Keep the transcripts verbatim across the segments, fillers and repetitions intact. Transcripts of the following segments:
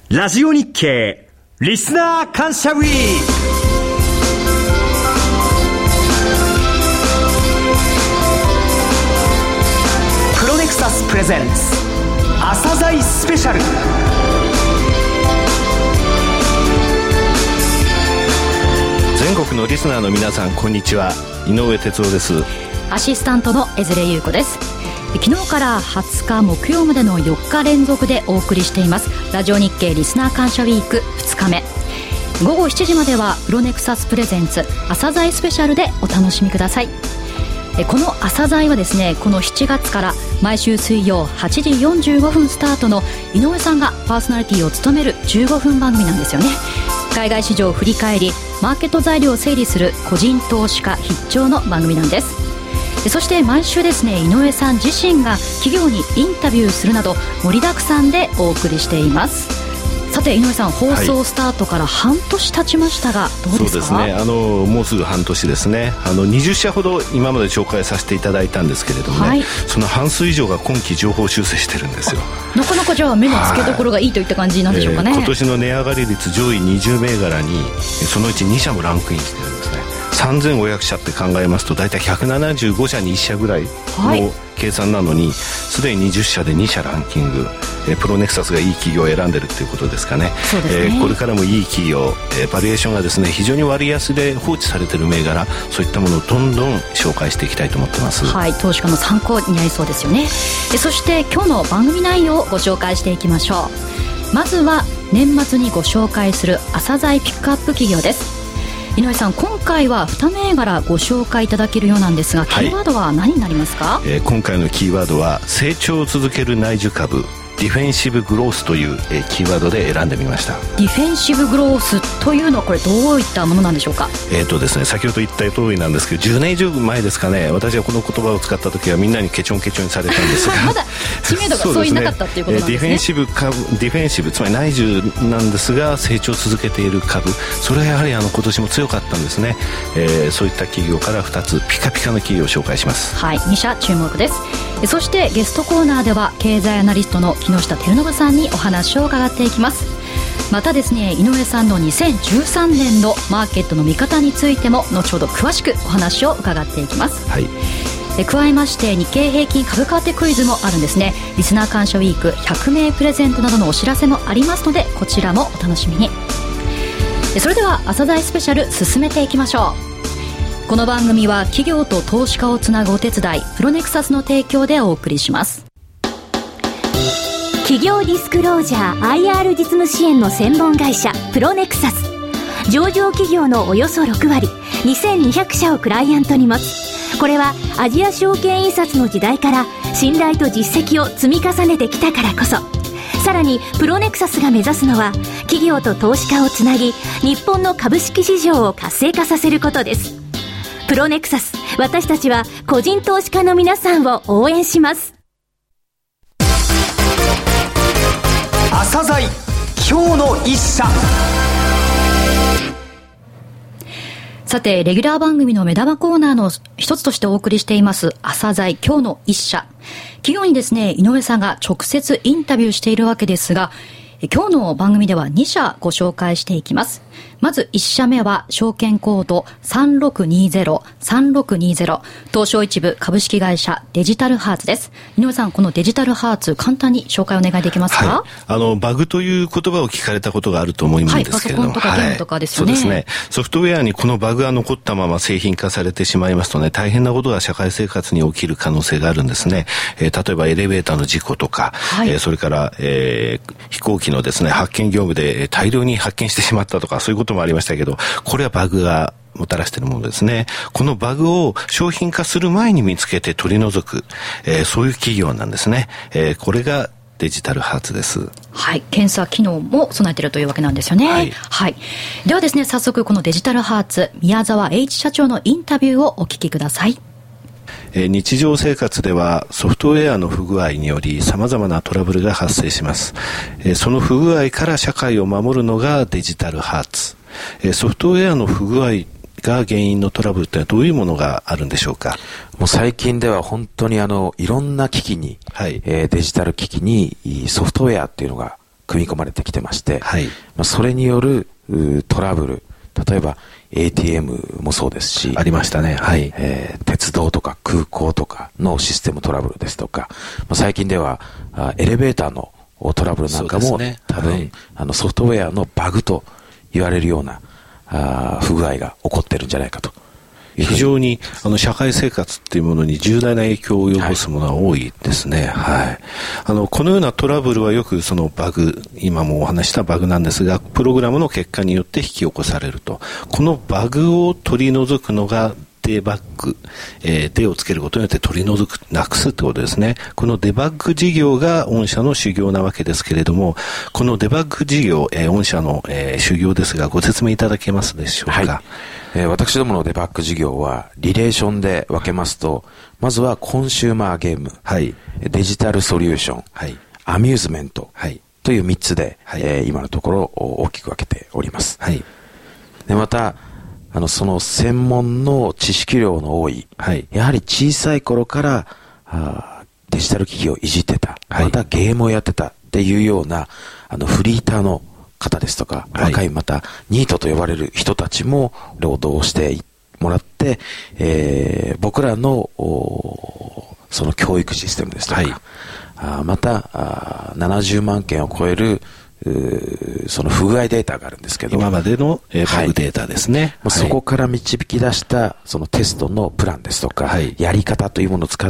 ラジオ日経リスナー感謝ウィーク。プロネクサスプレゼンツ朝鮮スペシャル。 全国のリスナーの皆さん、こんにちは。井上哲夫です。 アシスタントの江連優子です。昨日からはつか木曜までのよっか連続でお送りしていますラジオ日経リスナー感謝ウィークふつかめ、午後しちじまではプロネクサスプレゼンツ朝鮮スペシャルでお楽しみください。この朝鮮はですね、このしちがつから毎週水曜はちじよんじゅうごふんスタートの井上さんがパーソナリティを務めるじゅうごふん番組なんですよね。海外市場を振り返り、マーケット材料を整理する個人投資家必聴の番組なんです。そして毎週ですね、井上さん自身が企業にインタビューするなど盛りだくさんでお送りしています。さて井上さん、放送スタートから半年経ちましたが、どうですか？ そうですね、あのもうすぐ半年ですね。あのにじゅっしゃほど今まで紹介させていただいたんですけれどもね、はい、その半数以上が今期情報修正してるんですよ。なかなかじゃあ目の付けどころがいいといった感じなんでしょうかね。 えー、今年の値上がり率上位にじゅうめいがらにそのうちにしゃもランクインしてるんですね。さんぜんごひゃくしゃって考えますとだいたいひゃくななじゅうごしゃにいっしゃぐらいの計算なのに、すでににじゅっしゃでにしゃランキング、えプロネクサスがいい企業を選んでるっていうことですかね。 そうですね。 えー、これからもいい企業、えー、バリエーションがですね非常に割安で放置されてる銘柄、そういったものをどんどん紹介していきたいと思ってます。 はい、投資家の参考になりそうですよね。えそして今日の番組内容をご紹介していきましょう。まずは年末にご紹介する朝鮮ピックアップ企業です。井上さん、今回はに銘柄ご紹介いただけるようなんですが、キーワードは何になりますか？はい、 えー、今回のキーワードは成長を続ける内需株ディフェンシブグロースという、えー、キーワードで選んでみました。 ディフェンシブグロースというのはこれどういったものなんでしょうか？ えーとですね、先ほど言った通りなんですけど、じゅうねん以上前ですかね、私はこの言葉を使った時はみんなにケチョンケチョンにされたんですがまだ知名度がそういなかったっていうことなんですね。 ディフェンシブ株、ディフェンシブ、つまり内需なんですが成長を続けている株、それはやはりあの今年も強かったんですね。えー、そういった企業からふたつピカピカの企業を紹介します。 はい、にしゃ注目です。そしてゲストコーナーでは経済アナリストの木下照信さんにお話を伺っていきます。またですね、井上さんのにせんじゅうさんねんのマーケットの見方についても後ほど詳しくお話を伺っていきます。 はい、 え加えまして日経平均株価当てクイズもあるんですね。リスナー感謝ウィークひゃくめいプレゼントなどのお知らせもありますので、こちらもお楽しみに。それでは朝鮮スペシャル進めていきましょう。この番組は企業と投資家をつなぐお手伝いプロネクサスの提供でお送りします。 企業ディスクロージャー アイアール 実務支援の専門会社プロネクサス、上場企業のおよそろくわりにせんにひゃくしゃをクライアントに持つ。これはアジア証券印刷の時代から信頼と実績を積み重ねてきたからこそ、さらにプロネクサスが目指すのは企業と投資家をつなぎ日本の株式市場を活性化させることです。プロネクサス、私たちは個人投資家の皆さんを応援します。 朝鮮今日の一社。 さてレギュラー番組の目玉コーナーの一つとしてお送りしています朝鮮今日の一社。企業にですね、井上さんが直接インタビューしているわけですが、今日の番組ではにしゃご紹介していきます。まずいっしゃめは証券コードさんろくにゼロ、さんろくにゼロ、東証一部株式会社デジタルハーツです。井上さん、このデジタルハーツ簡単に紹介お願いできますか？ はい、あのバグという言葉を聞かれたことがあると思うんですけれども、 はい、パソコンとかゲームとかですよね。 はい、そうですね。ソフトウェアにこのバグが残ったまま製品化されてしまいますとね、大変なことが社会生活に起きる可能性があるんですね。えー、例えばエレベーターの事故とか、はい、えー、それから、えー、飛行機のですね発見業務で大量に発見してしまったとか、そういうこともありましたけど、これはバグがもたらしているものですね。このバグを商品化する前に見つけて取り除く、えー、そういう企業なんですね。えー、これがデジタルハーツです。 はい、検査機能も備えているというわけなんですよね。はい、はい、ではですね、早速このデジタルハーツ宮沢栄一社長のインタビューをお聞きください。 日常生活ではソフトウェアの不具合により様々なトラブルが発生します。その不具合から社会を守るのがデジタルハーツ。ソフトウェアの不具合が原因のトラブルってどういうものがあるんでしょうか？ もう最近では本当にあのいろんな機器に、はい、えー、デジタル機器にソフトウェアっていうのが組み込まれてきてまして、 はい、 まあ、それによるトラブル、例えば エーティーエム もそうですし、 ありましたね。はい。 えー、鉄道とか空港とかのシステムトラブルですとか、まあ、最近ではあエレベーターのトラブルなんかも、ね、多分、はい、あのソフトウェアのバグと言われるようなあ不具合が起こってるんじゃないかと。 非常にあの社会生活っていうものに重大な影響を及ぼすものが多いですね。はい。はい、あのこのようなトラブルはよくそのバグ、今もお話したバグなんですが、プログラムの結果によって引き起こされると。このバグを取り除くのがデバッグ、えー、デをつけることによって取り除く、なくすってことですね。このデバッグ事業が御社の修行なわけですけれども、このデバッグ事業、えー、御社の、えー、修行ですが、ご説明いただけますでしょうか。はい、 えー、私どものデバッグ事業はリレーションで分けますと、まずはコンシューマーゲーム、はい、デジタルソリューション、はい、アミューズメント、はい、というみっつで、はい、えー、今のところ大きく分けております。はい、でまたあのその専門の知識量の多い、はい、やはり小さい頃からあデジタル機器をいじってた、はい、またゲームをやってたっていうようなあのフリーターの方ですとか、はい、若いまたニートと呼ばれる人たちも労働をしてもらって、えー、僕らのその教育システムですとか、はい、あまたあななじゅうまんけんを超えるその不具合データがあるんですけど、 今までの、えー、バグデータですね、 はい、そこから導き出したそのテストのプランですとか、はい、やり方というものを使って、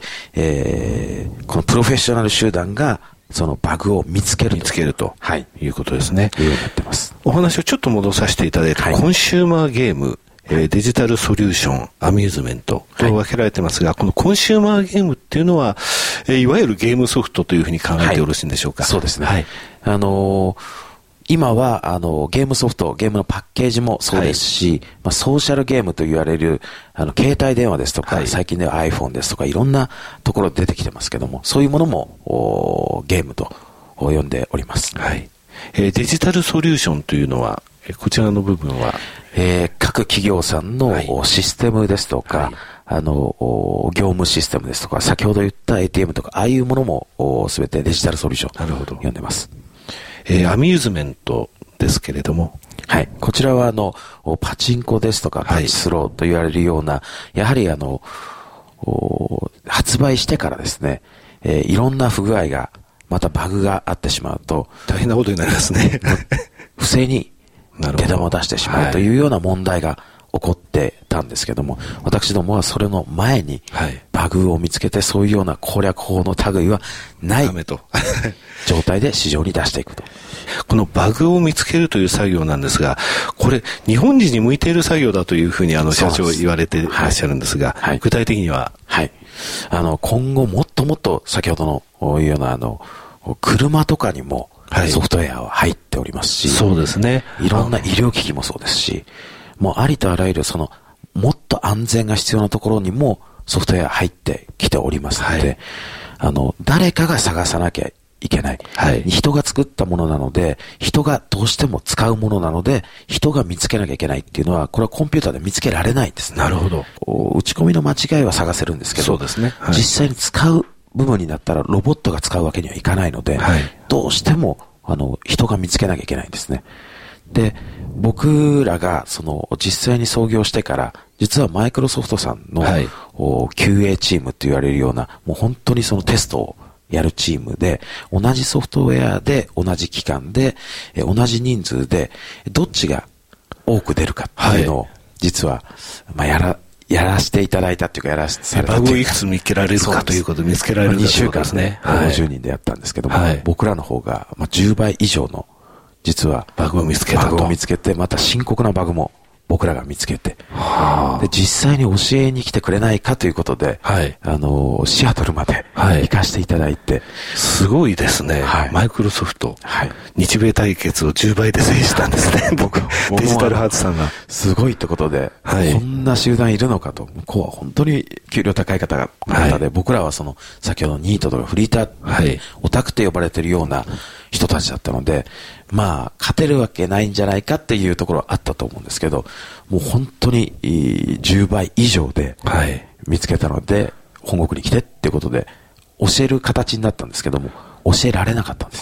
えー、このプロフェッショナル集団がそのバグを見つけると見つけると、 はい、 いうことですね。 いうようになってます。 お話をちょっと戻させていただいて、はい、コンシューマーゲーム、えー、デジタルソリューション、アミューズメントと分けられてますが、はい、このコンシューマーゲームっていうのは、えー、いわゆるゲームソフトというふうに考えてよろしいんでしょうか。 はい、そうですね。はい、あのー今はあのゲームソフト、ゲームのパッケージもそうですし、はい、まあ、ソーシャルゲームと言われるあの携帯電話ですとか、はい、最近では iPhone ですとかいろんなところで出てきてますけども、そういうものもゲームと呼んでおります。 はい、えー、デジタルソリューションというのはこちらの部分は、 えー、各企業さんのシステムですとか、はい、あの業務システムですとか、先ほど言った エーティーエム とかああいうものもすべてデジタルソリューションと呼んでます。 えー、アミューズメントですけれども、 はい。こちらは、あの、パチンコですとか、パチスローと言われるような、はい、やはり、あの、発売してからですね、えー、いろんな不具合が、またバグがあってしまうと、 大変なことになりますね。 不正に出玉を出してしまうというような問題が起こってたんですけども、私どもはそれの前に、バグを見つけて、そういうような攻略法の類はない状態で市場に出していくと。 このバグを見つけるという作業なんですが、これ日本人に向いている作業だというふうにあの社長言われていらっしゃるんですが、はい、具体的には、 はい、あの今後もっともっと先ほどのいうようなあの車とかにもソフトウェアは入っておりますし、 そうですね。 いろんな医療機器もそうですし、もうありとあらゆるそのもっと安全が必要なところにもソフトウェア入ってきておりますので、はい、あの誰かが探さなきゃいけない、はい、人が作ったものなので、人がどうしても使うものなので、人が見つけなきゃいけないっていうのは、これはコンピューターで見つけられないんですね。 なるほど。 打ち込みの間違いは探せるんですけど、 そうですね。はい、 実際に使う部分になったらロボットが使うわけにはいかないので、はい、どうしてもあの人が見つけなきゃいけないんですね。で、僕らがその実際に創業してから、実はマイクロソフトさんの、はい、キューエー チームと言われるような、もう本当にそのテストをやるチームで、同じソフトウェアで、同じ期間で、同じ人数で、どっちが多く出るかっていうのを、実は、まあ、やら、やらせていただいたっていうか、やらせてバグをいくつ見つけられるかということを見つけられるかということですね。 にしゅうかんでごじゅうにんでやったんですけども、はい、僕らの方が、まあ、じゅうばい以上の、実は、 バグを見つけたと。 バグを見つけて、また深刻なバグも、僕らが見つけて、はあ、で実際に教えに来てくれないかということで、はい、あのシアトルまで行かせていただいて、はい、 すごいですね、はい、マイクロソフト、はい、日米対決をじゅうばいで制したんですね。僕デジタルハーツさんがすごいってことで、はい、こんな集団いるのかと。向こうは本当に給料高い方が方で、はい、僕らはその先ほどニートとかフリーター、はい、オタクと呼ばれているような人たちだったので、まあ勝てるわけないんじゃないかっていうところはあったと思うんですけど、もう本当にじゅうばい以上で見つけたので、はい、本国に来てっていうことで教える形になったんですけども、教えられなかったんです。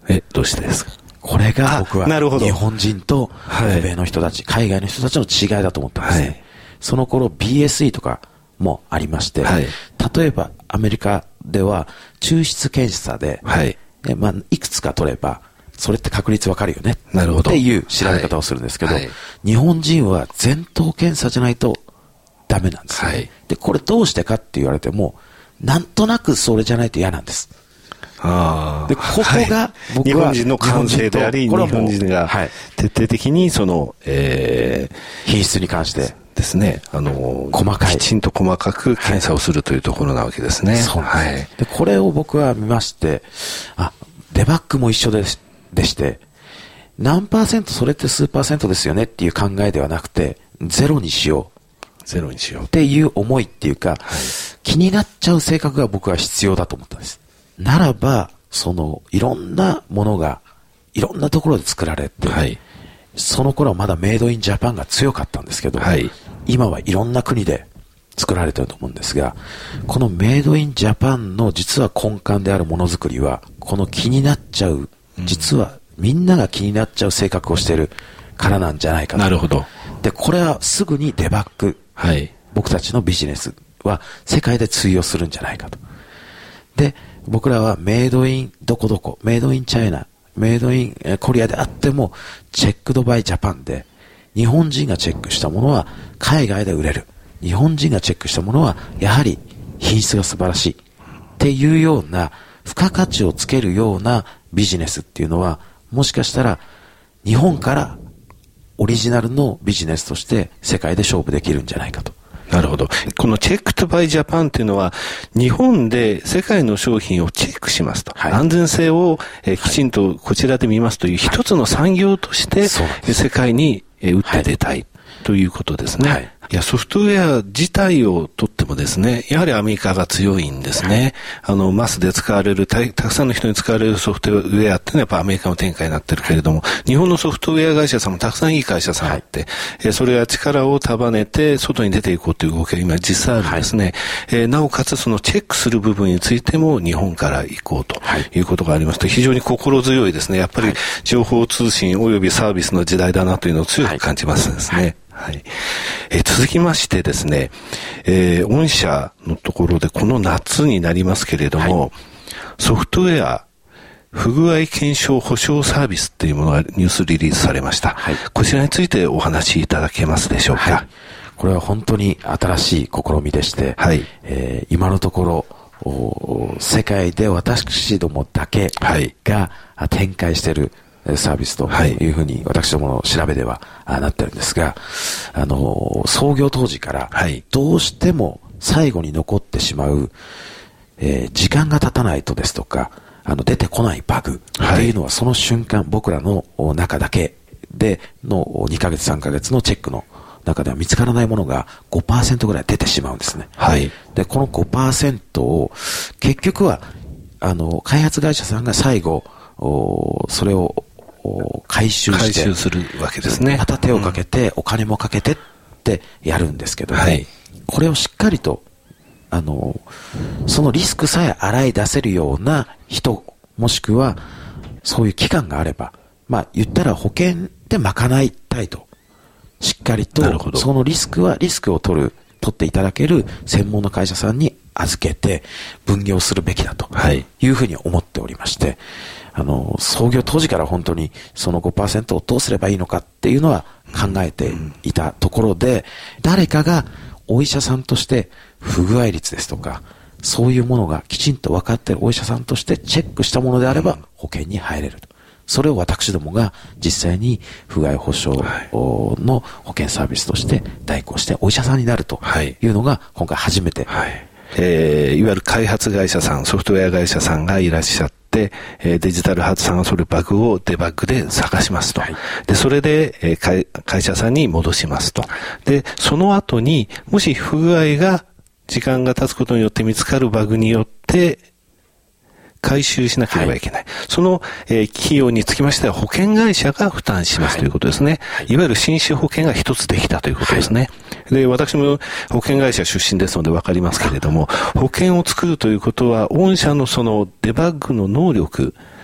え、どうしてですか？ これが僕は日本人と欧米の人たち、はい、海外の人たちの違いだと思ったんですね。はい、その頃 ビーエスイー とかもありまして、はい、例えばアメリカでは抽出検査で、はいでまあ、いくつか取ればそれって確率わかるよねなるほどっていう調べ方をするんですけど、はいはい、日本人は前頭検査じゃないとダメなんですね、はい、でこれどうしてかって言われてもなんとなくそれじゃないと嫌なんです。 あでここが僕は、 はい、日本人の感性であり日本人が徹底的にその、えー、品質に関してですね、あの細かいきちんと細かく検査をするというところなわけですね。 そうです、はい、でこれを僕は見まして、あデバッグも一緒でし、でして何パーセントそれって数パーセントですよねっていう考えではなくてゼロにしようゼロにしようっていう思いっていうか、はい、気になっちゃう性格が僕は必要だと思ったんです。ならばそのいろんなものがいろんなところで作られて、はい、その頃はまだメイドインジャパンが強かったんですけど、はい、今はいろんな国で作られてると思うんですが、このメイドインジャパンの実は根幹であるものづくりはこの気になっちゃう、実はみんなが気になっちゃう性格をしているからなんじゃないかな。 なるほど。 でこれはすぐにデバッグ、はい、僕たちのビジネスは世界で通用するんじゃないかと。で僕らはメイドインどこどこ、メイドインチャイナ、メイドインコリアであってもチェックドバイジャパンで日本人がチェックしたものは海外で売れる、日本人がチェックしたものはやはり品質が素晴らしいっていうような付加価値をつけるようなビジネスっていうのはもしかしたら日本からオリジナルのビジネスとして世界で勝負できるんじゃないかと。 なるほど。このチェックトバイジャパンというのは日本で世界の商品をチェックしますと、はい、安全性を、えー、きちんとこちらで見ますという一つの産業として、はい、世界に、えー、打って出たい、はい、ということですね。はい、いやソフトウェア自体をとってもですね、やはりアメリカが強いんですね。はい、あのマスで使われる た, たくさんの人に使われるソフトウェアっていうのはやっぱアメリカの展開になってるけれども、日本のソフトウェア会社さんもたくさんいい会社さんあって、はい、えそれが力を束ねて外に出ていこうという動きが今実際あるんですね。はい、えー、なおかつそのチェックする部分についても日本から行こうということがありますと、非常に心強いですね。やっぱり情報通信およびサービスの時代だなというのを強く感じますですね。はいはいはい、えー、続きましてですね、えー、御社のところでこの夏になりますけれども、はい、ソフトウェア不具合検証保証サービスっていうものがニュースリリースされました。はい、こちらについてお話しいただけますでしょうか。はい、 これは本当に新しい試みでして、はい、えー、今のところ世界で私どもだけが展開しているサービスというふうに私どもの調べではなってるんですが、あの創業当時からどうしても最後に残ってしまう、えー、時間が経たないとですとかあの出てこないバグっていうのはその瞬間僕らの中だけでのにかげつさんかげつのチェックの中では見つからないものが ごパーセント ぐらい出てしまうんですね。はい、でこの ごパーセント を結局はあの開発会社さんが最後それを回収して回収するわけですね。 また手をかけて、うん、お金もかけてってやるんですけども、はい、これをしっかりとあのそのリスクさえ洗い出せるような人もしくはそういう機関があれば、まあ言ったら保険で賄いたいとしっかりとそのリスクはリスクを取る取っていただける専門の会社さんに預けて分業するべきだというふうに思っておりまして、はい、あの創業当時から本当にその ごパーセント をどうすればいいのかっていうのは考えていたところで、誰かがお医者さんとして不具合率ですとかそういうものがきちんと分かっているお医者さんとしてチェックしたものであれば保険に入れると。それを私どもが実際に不具合保証の保険サービスとして代行してお医者さんになるというのが今回初めて、はいはい、 えー、いわゆる開発会社さんソフトウェア会社さんがいらっしゃってデジタルハーツさんがそれバグをデバッグで探しますと、はい、でそれで、えー、会, 会社さんに戻しますと。でその後にもし不具合が時間が経つことによって見つかるバグによって回収しなければいけない。はい、その、えー、費用につきましては保険会社が負担しますということですね。はい、いわゆる新種保険が一つできたということですね。はい、で、私も保険会社出身ですのでわかりますけれども、保険を作るということは、御社のそのデバッグの能力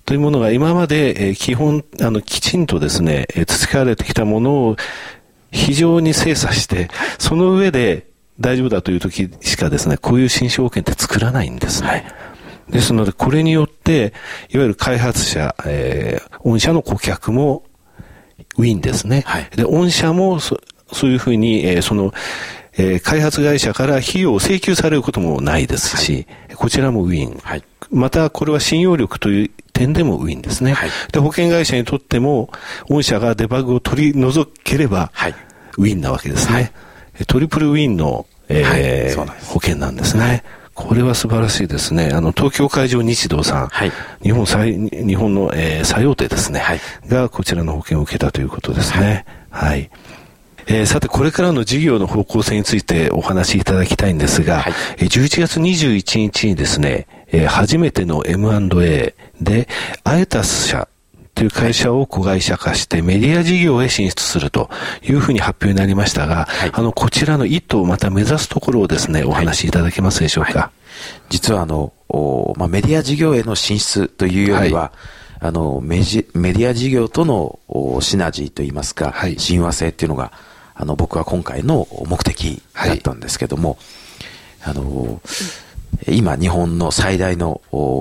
というものが今まで、えー、基本、あの、きちんとですね、えー、培われてきたものを非常に精査して、その上で大丈夫だという時しかですね、こういう新証券って作らないんですね。はい、ですので、これによって、いわゆる開発者、えー、御社の顧客もウィンですね。はい、で、御社もそ、そういうふうに、えー、その、えー、開発会社から費用を請求されることもないですし、はい、こちらもウィン。はい、また、これは信用力という点でもウィンですね。はい、で、保険会社にとっても、御社がデバッグを取り除ければ、はい、ウィンなわけですね。はい、トリプルウィンの、えーはい、保険なんですね。はい、これは素晴らしいですね。あの、東京海上日動さん、はい、日本最、日本の、えー、最大手ですね、はい、がこちらの保険を受けたということですね。はい。はい、えー、さて、これからの事業の方向性についてお話しいただきたいんですが、はい、じゅういちがつにじゅういちにちにですね、えー、初めての エムアンドエー で、アエタス社という会社を子会社化してメディア事業へ進出するというふうに発表になりましたが、はい、あの、こちらの意図をまた目指すところをですね、お話しいただけますでしょうか。はいはい、 実はあの、まあ、メディア事業への進出というよりは、はい、あのメジ、メディア事業とのシナジーといいますか、はい、親和性っていうのが、あの、僕は今回の目的だったんですけども、はい、あの、今日本の最大の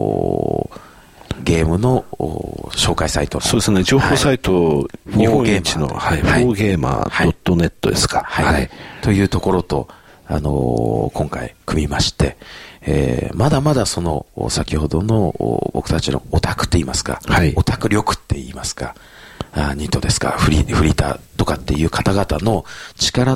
ゲームの紹介サイト。 そうですね、情報サイト、はい、日本一の、はい、フォーゲーマー ドットネット ですか。 はい。はいはい、というところと、あのー、今回組みまして、えー、まだまだその、先ほどの僕たちのオタクと言いますか、はい、オタク力って言いますか、あニットですか、フリー、フリーターとかっていう方々の力って、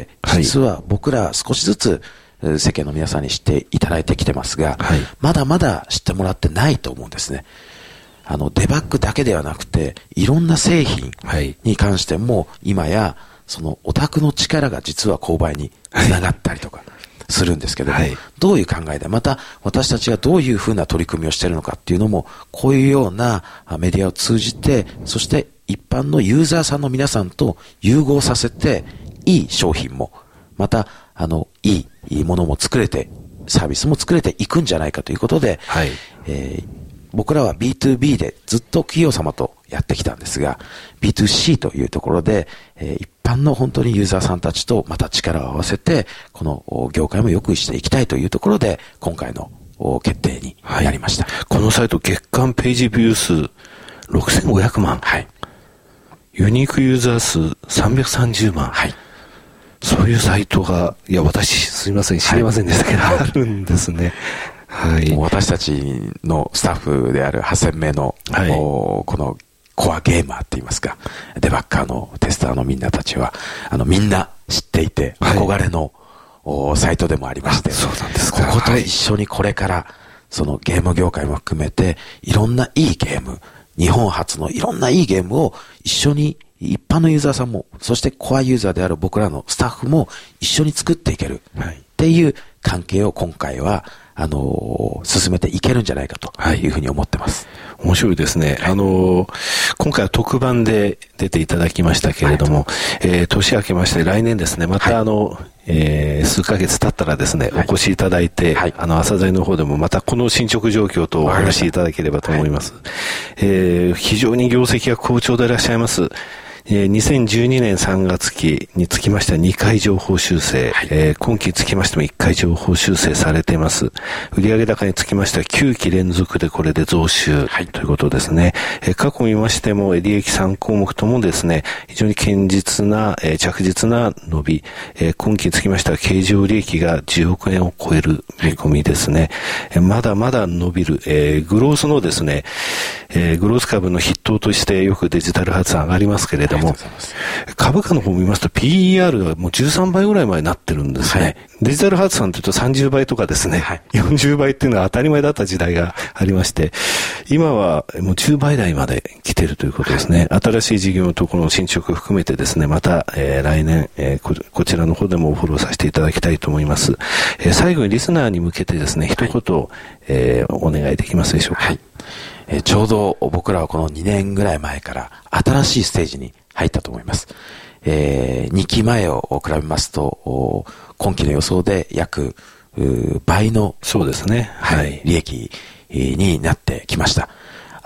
実は僕ら少しずつ、世間の皆さんに知っていただいてきてますが、はい、まだまだ知ってもらってないと思うんですね。あの、デバッグだけではなくて、いろんな製品に関しても、今や、そのオタクの力が実は購買につながったりとかするんですけども、はい、どういう考えで、また私たちがどういうふうな取り組みをしているのかっていうのも、こういうようなメディアを通じて、そして一般のユーザーさんの皆さんと融合させて、いい商品も、また、あの、いい、いいものも作れて、サービスも作れていくんじゃないかということで、はい、えー、僕らは ビーツービー でずっと企業様とやってきたんですが、ビーツーシー というところで、えー、一般の本当にユーザーさんたちとまた力を合わせて、この業界も良くしていきたいというところで、今回の決定になりました。はい、 このサイト月間ページビュー数ろくせんごひゃくまん。はい、ユニークユーザー数さんびゃくさんじゅうまん。はい、そういうサイトが、いや、私、すみません、知りませんでしたけど、はい、あるんですね。はい。 私たちのスタッフであるはっせんめいの、はい、このコアゲーマーって言いますか、デバッカーのテスターのみんなたちは、あの、みんな知っていて、憧れの、はい、サイトでもありまして、 そうなんですか。 ここと一緒にこれから、そのゲーム業界も含めて、いろんないいゲーム、日本初のいろんないいゲームを一緒に一般のユーザーさんも、そしてコアユーザーである僕らのスタッフも一緒に作っていけるっていう関係を今回は、あのー、進めていけるんじゃないかというふうに思ってます。 はい、面白いですね。はい、あのー、今回は特番で出ていただきましたけれども、はい、えー、年明けまして来年ですね、またあの、はい、えー、数ヶ月経ったらですね、はい、お越しいただいて、はい、あの、朝鮮の方でもまたこの進捗状況とお話しいただければと思います。はい、えー、非常に業績が好調でいらっしゃいます。にせんじゅうにねんさんがつきにつきましてはにかい情報修正、はい、えー、今期につきましてもいっかい情報修正されています。売上高につきましてはきゅうき連続でこれで増収、はい、ということですね。えー、過去見ましても利益さんこうもくともですね、非常に堅実な、えー、着実な伸び、えー、今期につきましては経常利益がじゅうおくえんを超える見込みですね。えー、まだまだ伸びる、えー、グロースのですね、えー、グロース株の筆頭としてよくデジタル発上がりますけれども、株価の方を見ますと ピーイーアール がもうじゅうさんばいぐらいまでなってるんですね。はい、デジタルハーツさんというとさんじゅうばいとかですね、はい、よんじゅうばいっていうのは当たり前だった時代がありまして、今はもうじゅうばい台まで来てるということですね。はい、新しい事業のところの進捗を含めてですね、また、えー、来年、えーこ、こちらの方でもフォローさせていただきたいと思います。えー、最後にリスナーに向けてですね、一言、はい、えー、お願いできますでしょうか。はい、 えー、ちょうど僕らはこのにねんぐらい前から新しいステージに入ったと思います。えー、にきまえを比べますと、今期の予想で約倍の、 そうですね。 はい、利益になってきました。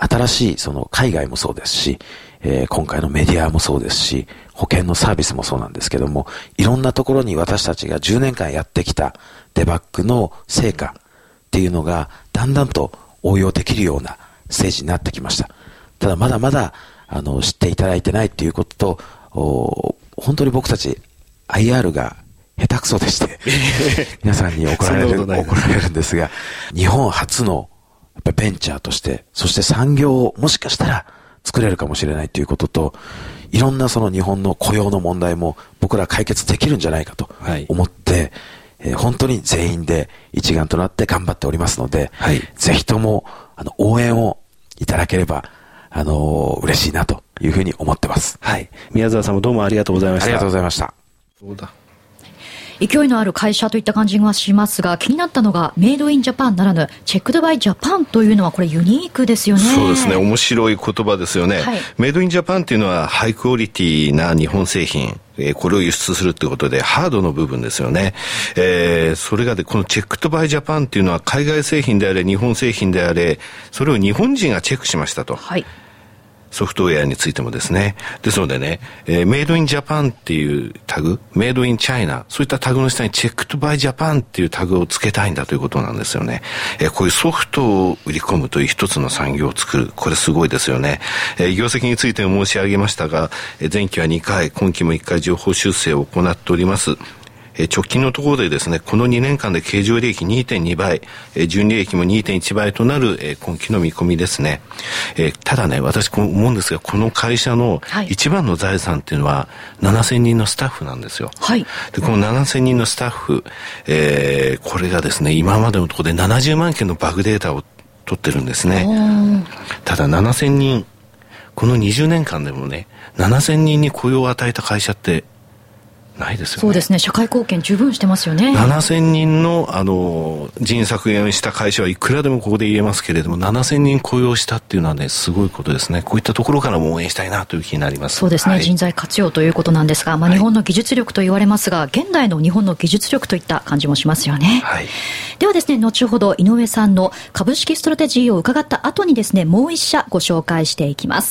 新しいその海外もそうですし、えー、今回のメディアもそうですし、保険のサービスもそうなんですけども、いろんなところに私たちがじゅうねんかんやってきたデバッグの成果っていうのがだんだんと応用できるようなステージになってきました。ただまだまだあの知っていただいてないっていうことと、お本当に僕たち アイアール が下手くそでして皆さんに怒られる怒られるんですが、日本初のやっぱベンチャーとして、そして産業をもしかしたら作れるかもしれないということと、いろんなその日本の雇用の問題も僕ら解決できるんじゃないかと思って、はい、えー、本当に全員で一丸となって頑張っておりますので、はい、ぜひともあの応援をいただければあのー、嬉しいなというふうに思ってます。 はい。宮沢さんもどうもありがとうございました。 ありがとうございました。 そうだ。 勢いのある会社といった感じがしますが、気になったのがメイドインジャパンならぬチェックドバイジャパンというのはこれユニークですよね。 そうですね、面白い言葉ですよね、はい、メイドインジャパンっていうのはハイクオリティな日本製品、えー、これを輸出するってことでハードの部分ですよね、えー、それがでこのチェックドバイジャパンっていうのは海外製品であれ日本製品であれそれを日本人がチェックしましたと、はい、ソフトウェアについてもですね。ですのでね、えー、メイドインジャパンっていうタグ、メイドインチャイナ、そういったタグの下にチェックトバイジャパンっていうタグをつけたいんだということなんですよね。えー、こういうソフトを売り込むという一つの産業を作る。これすごいですよね。えー、業績について申し上げましたが、えー、前期はにかい、今期もいっかい情報修正を行っております。直近のところでですね、このにねんかんで経常利益 にてんにばい、純利益も にてんいちばいとなる今期の見込みですね。ただね、私思うんですが、この会社の一番の財産っていうのはななせんにんのスタッフなんですよ。はい、でこのななせんにんのスタッフ、えー、これがですね、今までのところでななじゅうまんけんのバグデータを取ってるんですね。ただななせんにん、このにじゅうねんかんでもね、ななせんにんに雇用を与えた会社ってないですよね。 そうですね、社会貢献十分してますよね。 ななせんにんの、あの人員削減した会社はいくらでもここで言えますけれども、ななせんにん雇用したっていうのはね、すごいことですね。こういったところからも応援したいなという気になります。 そうですね、はい、人材活用ということなんですが、まあ、日本の技術力と言われますが、はい、現代の日本の技術力といった感じもしますよね。はい、ではですね、後ほど井上さんの株式ストラテジーを伺った後にですね、もう一社ご紹介していきます。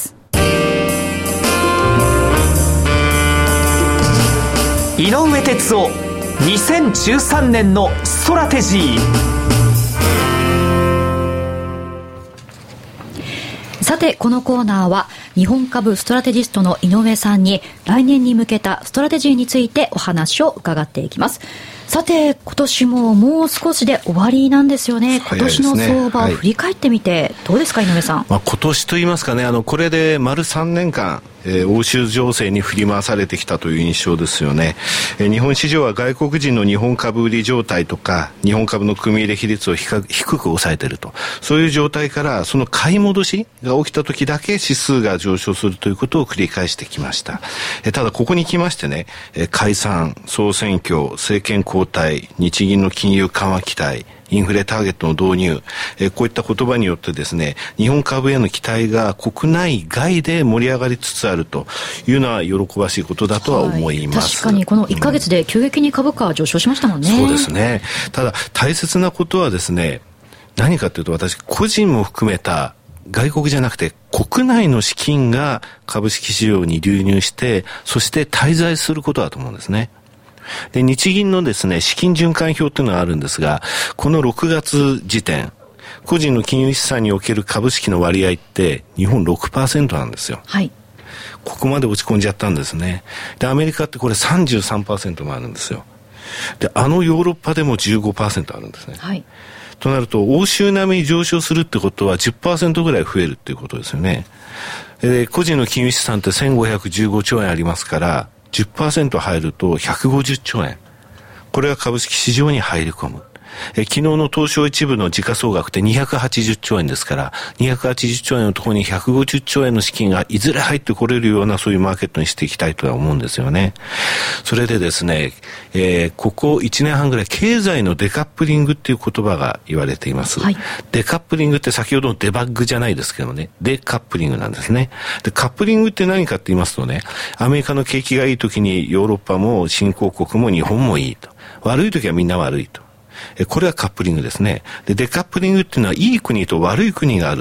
井上哲夫にせんじゅうさんねんのストラテジー。 さてこのコーナーは日本株ストラテジストの井上さんに来年に向けたストラテジーについてお話を伺っていきます。さて今年ももう少しで終わりなんですよね。今年の相場を振り返ってみてどうですか、井上さん。 まあ、今年といいますかね、あのこれで丸さんねんかん、えー、欧州情勢に振り回されてきたという印象ですよね。えー、日本市場は外国人の日本株売り状態とか日本株の組み入れ比率を低く抑えていると、そういう状態からその買い戻しが起きた時だけ指数が上昇するということを繰り返してきました。えー、ただここに来ましてね、えー、解散、総選挙、政権交代、日銀の金融緩和期待、インフレターゲットの導入、えー、こういった言葉によってですね、日本株への期待が国内外で盛り上がりつつあるというのは喜ばしいことだとは思います。 はい、確かにこのいっかげつで急激に株価は上昇しましたもんね。 うん、そうですね。ただ大切なことはですね、何かというと、私個人も含めた外国じゃなくて国内の資金が株式市場に流入して、そして滞在することだと思うんですね。で、日銀のですね、資金循環表というのがあるんですが、このろくがつ時点、個人の金融資産における株式の割合って日本 ろくパーセント なんですよ。はい。ここまで落ち込んじゃったんですね。で、アメリカってこれ さんじゅうさんパーセント もあるんですよ。で、あのヨーロッパでも じゅうごパーセント あるんですね。はい。となると、欧州並みに上昇するってことは じゅっパーセント ぐらい増えるっていうことですよね。で、個人の金融資産ってせんごひゃくじゅうごちょうえんありますから、じゅっパーセント 入るとひゃくごじゅっちょうえん。これが株式市場に入り込む。え昨日の東証一部の時価総額ってにひゃくはちじゅっちょうえんですから、にひゃくはちじゅっちょうえんのところにひゃくごじゅっちょうえんの資金がいずれ入ってこれるような、そういうマーケットにしていきたいとは思うんですよね。それでですね、えー、ここいちねんはんぐらい経済のデカップリングっていう言葉が言われています。はい、デカップリングって先ほどのデバッグじゃないですけどね、デカップリングなんですね。で、カップリングって何かって言いますとね、アメリカの景気がいい時にヨーロッパも新興国も日本もいいと。悪い時はみんな悪いと。これはカップリングですね。で、デカップリングっていうのは、いい国と悪い国がある。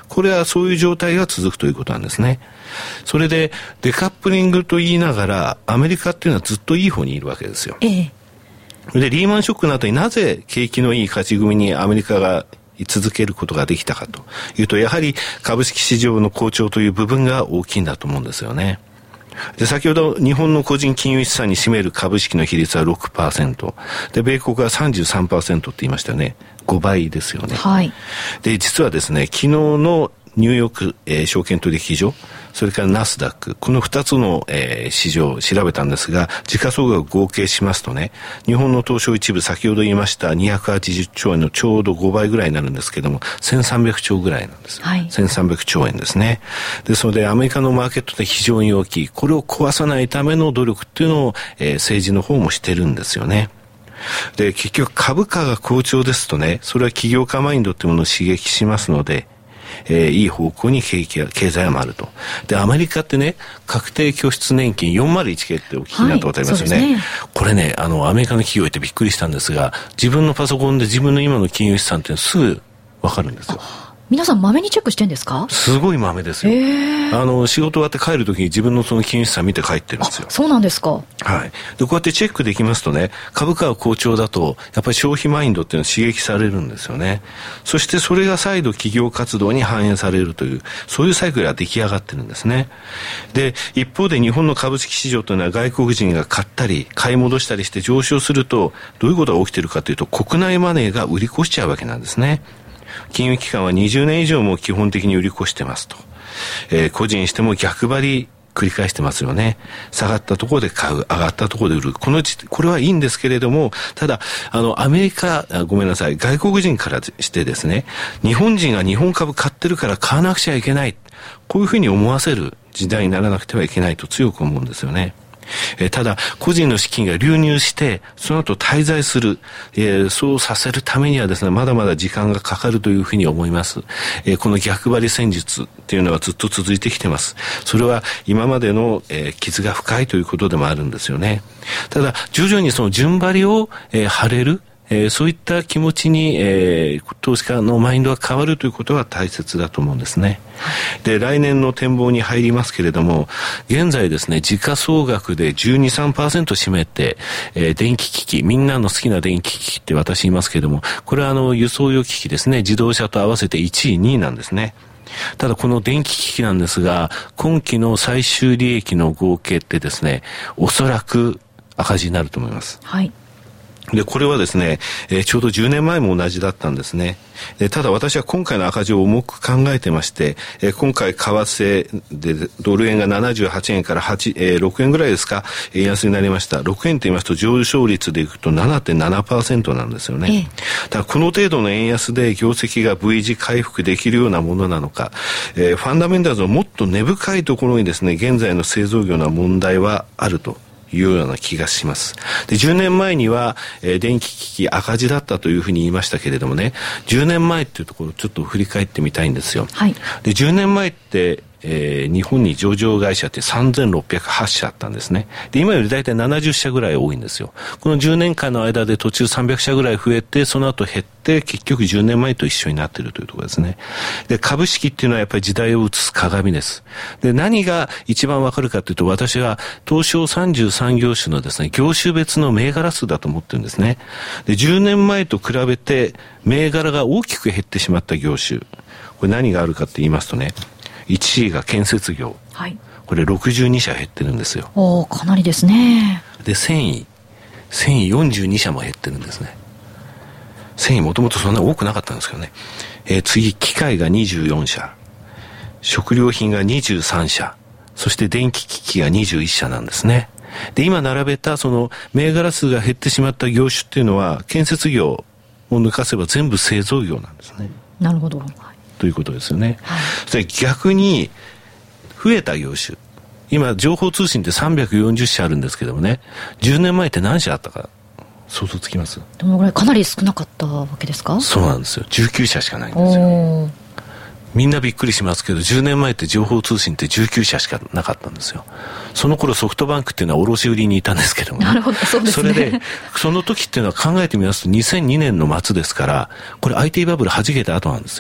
これはそういう状態が続くということなんですね。それでデカップリングと言いながらアメリカっていうのはずっといい方にいるわけですよ。 ええ、 でリーマンショックの後になぜ景気のいい勝ち組にアメリカが居続けることができたかというと、やはり株式市場の好調という部分が大きいんだと思うんですよね。で先ほど日本の個人金融資産に占める株式の比率は ろくパーセント で米国は さんじゅうさんパーセント って言いましたよね。ごばいですよね。 はい、 で実はですね、昨日のニューヨーク、えー、証券取引所、それからナスダック、このふたつの、えー、市場を調べたんですが、時価総額合計しますとね、日本の東証一部、先ほど言いましたにひゃくはちじゅっちょうえんのちょうどごばいぐらいになるんですけども、せんさんびゃくちょうぐらいなんです、はい、せんさんびゃくちょうえんですね。ですのでアメリカのマーケットで非常に大きい、これを壊さないための努力っていうのを、えー、政治の方もしてるんですよね。で結局株価が好調ですとね、それは起業家マインドっていうものを刺激しますので、えー、いい方向に景気や経済は回ると。でアメリカってね、確定拠出年金 よんまるいちけいってお聞きになったことありますよね。はい、ね、これね、あのアメリカの企業ってびっくりしたんですが、自分のパソコンで自分の今の金融資産ってすぐ分かるんですよ。 皆さんまめにチェックしてるんですか？ すごいまめですよ。あの仕事終わって帰るときに自分のその金融資産見て帰ってるんですよ。 そうなんですか。 はい。でこうやってチェックできますとね、株価が好調だとやっぱり消費マインドっていうのは刺激されるんですよね。そしてそれが再度企業活動に反映されるという、そういうサイクルが出来上がってるんですね。で一方で日本の株式市場というのは外国人が買ったり買い戻したりして上昇すると、どういうことが起きているかというと、国内マネーが売り越しちゃうわけなんですね。金融機関はにじゅうねん以上も基本的に売り越してますと、えー、個人にしても逆張り繰り返してますよね。下がったところで買う、上がったところで売る、このこれはいいんですけれども、ただあのアメリカあごめんなさい外国人からしてですね、日本人が日本株買ってるから買わなくちゃいけない、こういうふうに思わせる時代にならなくてはいけないと強く思うんですよね。えー、ただ個人の資金が流入してその後滞在する、えー、そうさせるためにはですね、まだまだ時間がかかるというふうに思います。えー、この逆張り戦術っていうのはずっと続いてきてます。それは今までの、えー、傷が深いということでもあるんですよね。ただ徐々にその順張りを、えー、張れる、えー、そういった気持ちに、えー、投資家のマインドが変わるということは大切だと思うんですね。で来年の展望に入りますけれども、現在ですね、時価総額で じゅうに、さんパーセント 占めて、えー、電気機器、みんなの好きな電気機器って私言いますけれども、これはあの輸送用機器ですね、自動車と合わせていちい、にいなんですね。ただこの電気機器なんですが、今期の最終利益の合計ってですね、おそらく赤字になると思います。はい。でこれはですね、えー、ちょうどじゅうねんまえも同じだったんですね。でただ私は今回の赤字を重く考えてまして、えー、今回為替でドル円がななじゅうはちえんからはち、えー、ろくえんぐらいですか、円安になりました。ろくえんと言いますと上昇率でいくと ななてんななパーセント なんですよね。ええ、だからこの程度の円安で業績が V 字回復できるようなものなのか、えー、ファンダメンタルズのもっと根深いところにですね、現在の製造業の問題はあるというような気がします。でじゅうねんまえには、えー、電気機器赤字だったというふうに言いましたけれどもね、じゅうねんまえっていうところをちょっと振り返ってみたいんですよ。はい、でじゅうねんまえってえー、日本に上場会社ってさんぜんろっぴゃくはちしゃあったんですね。で今よりだいたいななじゅっしゃぐらい多いんですよ。このじゅうねんかんの間で途中さんびゃくしゃぐらい増えて、その後減って結局じゅうねんまえと一緒になっているというところですね。で株式っていうのはやっぱり時代を映す鏡です。で何が一番わかるかというと、私は東証さんじゅうさんぎょうしゅのですね、業種別の銘柄数だと思ってるんですね。でじゅうねんまえと比べて銘柄が大きく減ってしまった業種、これ何があるかって言いますとね、いちいが建設業、はい、これろくじゅうにしゃ減ってるんですよ。 おー、かなりですね。 で繊維繊維よんじゅうにしゃも減ってるんですね。繊維もともとそんな多くなかったんですけどね。えー、次機械がにじゅうよんしゃ、食料品がにじゅうさんしゃ、そして電気機器がにじゅういっしゃなんですね。で今並べたその銘柄数が減ってしまった業種っていうのは、建設業を抜かせば全部製造業なんですね。 なるほど。 ということですよね。はい、それ逆に増えた業種、今情報通信ってさんびゃくよんじゅっしゃあるんですけどもね、じゅうねんまえって何社あったか想像つきます？ どのぐらい？かなり少なかったわけですか？ そうなんですよ。じゅうきゅうしゃしかないんですよ。みんなびっくりしますけど、じゅうねんまえって情報通信ってじゅうきゅうしゃしかなかったんですよ。その頃ソフトバンクっていうのは卸売りにいたんですけども、ね、 なるほど、そうですね。 それでその時っていうのは考えてみますとにせんにねんの末ですから、これ アイティー バブル弾けた後なんですよ。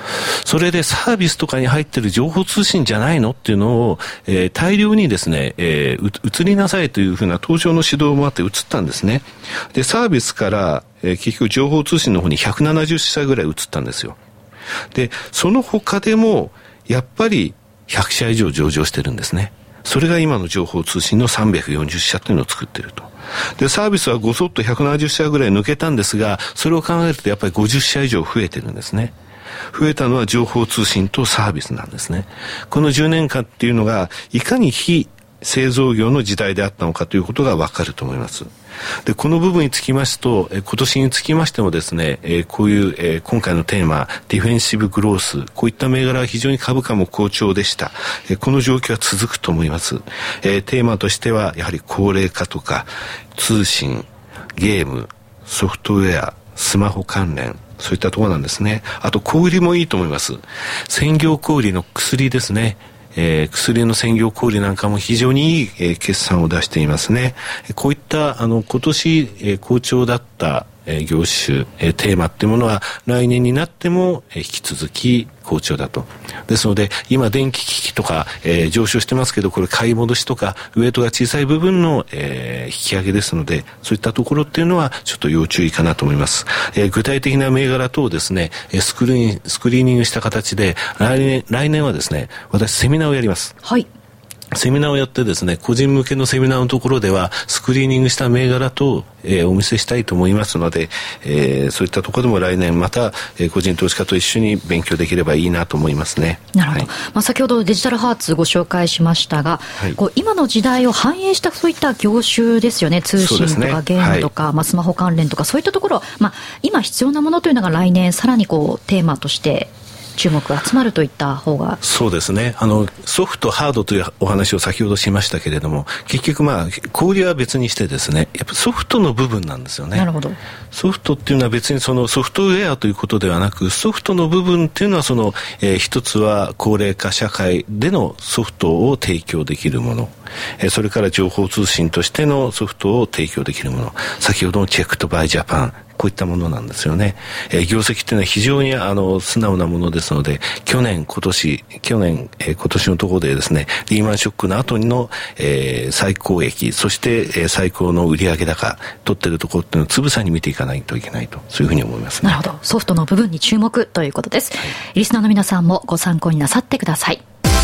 それでサービスとかに入ってる情報通信じゃないのっていうのを、えー、大量にですね、えー、移りなさいというふうな東証の指導もあって移ったんですね。で、サービスから、えー、結局情報通信の方にひゃくななじゅっしゃぐらい移ったんですよ。で、その他でもやっぱりひゃくしゃ以上上場してるんですね。それが今の情報通信のさんびゃくよんじゅっしゃというのを作っていると。で、サービスはごそっとひゃくななじゅっしゃぐらい抜けたんですが、それを考えるとやっぱりごじゅっしゃ以上増えてるんですね。増えたのは情報通信とサービスなんですね。このじゅうねんかんっていうのがいかに非製造業の時代であったのかということがわかると思います。で、この部分につきますと、え今年につきましてもですね、えー、こういう、えー、今回のテーマ、ディフェンシブグロース、こういった銘柄は非常に株価も好調でした。えー、この状況は続くと思います。えー、テーマとしては、やはり高齢化とか、通信、ゲーム、ソフトウェア、スマホ関連、そういったところなんですね。あと、小売りもいいと思います。専業小売りの薬ですね。えー、薬の専業小売なんかも非常にいい、えー、決算を出していますね。こういったあの今年、えー、好調だった、えー、業種、えー、テーマっていうものは来年になっても、えー、引き続き好調だと。ですので今電気機器とか、えー、上昇してますけど、これ買い戻しとかウエイトが小さい部分の、えー、引き上げですので、そういったところっていうのはちょっと要注意かなと思います。えー、具体的な銘柄等をですね、スクリーン、スクリーニングした形で来年、来年はですね、私セミナーをやります。 はい。 セミナーをやってですね、個人向けのセミナーのところではスクリーニングした銘柄と、えー、お見せしたいと思いますので、えー、そういったところでも来年また、えー、個人投資家と一緒に勉強できればいいなと思いますね。 なるほど。 はい、 まあ、先ほどデジタルハーツご紹介しましたが、はい、こう今の時代を反映したそういった業種ですよね。通信とか、ね、ゲームとか、はい、まあ、スマホ関連とかそういったところ、まあ、今必要なものというのが来年さらにこうテーマとして注目が集まるといった方が。 そうですね。あのソフトハードというお話を先ほどしましたけれども、結局まあ小売りは別にしてですね、やっぱソフトの部分なんですよね。 なるほど。 ソフトっていうのは別にそのソフトウェアということではなく、ソフトの部分っていうのはその、えー、一つは高齢化社会でのソフトを提供できるもの、えー、それから情報通信としてのソフトを提供できるもの、先ほどのチェックとバイジャパン、こういったものなんですよね。えー、業績っていうのは非常にあの素直なものですので、去年今年去年、えー、今年のところでですね、リーマンショックの後の、えー、最高益、そして、えー、最高の売上高取ってるところっていうのをつぶさに見ていかないといけないと、そういうふうに思いますね。 なるほど。ソフトの部分に注目ということです。はい、リスナーの皆さんもご参考になさってください。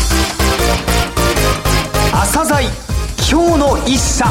朝鮮今日の一社。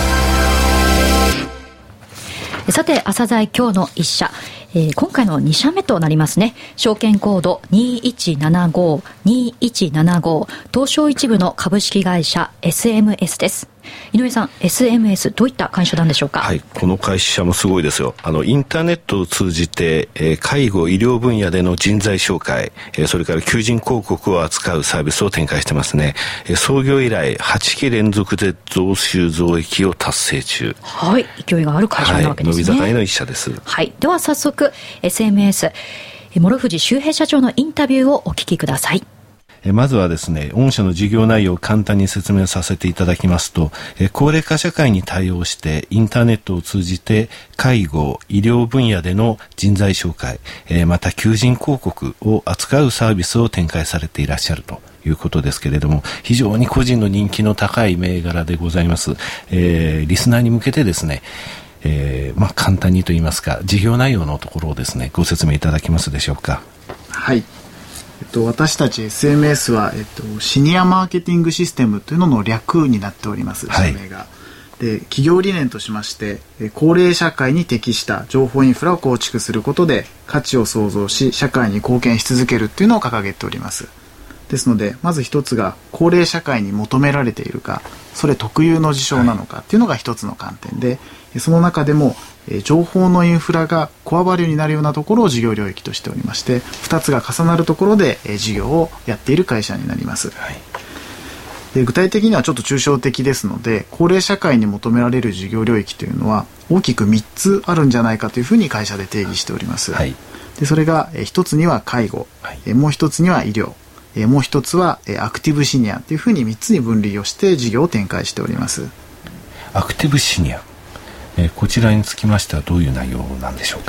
さて、朝鮮今日の一社、えー、今回のに社目となりますね。証券コードにいちななご にいちななご、東証一部の株式会社 エスエムエス です。井上さん、 エスエムエス どういった会社なんでしょうか。 はい、この会社もすごいですよ。あのインターネットを通じて、えー、介護医療分野での人材紹介、えー、それから求人広告を扱うサービスを展開してますね。えー、創業以来はちき連続で増収増益を達成中。 はい、勢いがある会社なわけですね。 はい、伸び盛りの一社です。 はい、では早速 エスエムエス、諸藤修平社長のインタビューをお聞きください。 まずはですね、御社の事業内容を簡単に説明させていただきますと、高齢化社会に対応してインターネットを通じて介護、医療分野での人材紹介、また求人広告を扱うサービスを展開されていらっしゃるということですけれども、非常に個人の人気の高い銘柄でございます。えー、リスナーに向けてですね、えー、まあ簡単にと言いますか、事業内容のところをですね、ご説明いただけますでしょうか。 はい。えっと、私たち エスエムエス は、えっと、シニアマーケティングシステムというのの略になっております。社名が。で、企業理念としまして、高齢社会に適した情報インフラを構築することで価値を創造し、社会に貢献し続けるというのを掲げております。ですので、まず一つが高齢社会に求められているか、それ特有の事象なのかっていうのが一つの観点で、その中でも情報のインフラがコアバリューになるようなところを事業領域としておりまして、ふたつが重なるところで事業をやっている会社になります。はい、で、具体的にはちょっと抽象的ですので、高齢社会に求められる事業領域というのは大きくみっつあるんじゃないかというふうに会社で定義しております。はい、で、それがひとつには介護、はい、もうひとつには医療、もう一つはアクティブシニアというふうにみっつに分類をして事業を展開しております。 アクティブシニア、えー、こちらにつきましてはどういう内容なんでしょうか。 は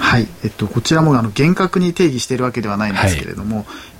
はい、えっと、こちらもあの厳格に定義しているわけではないんですけれども、はい、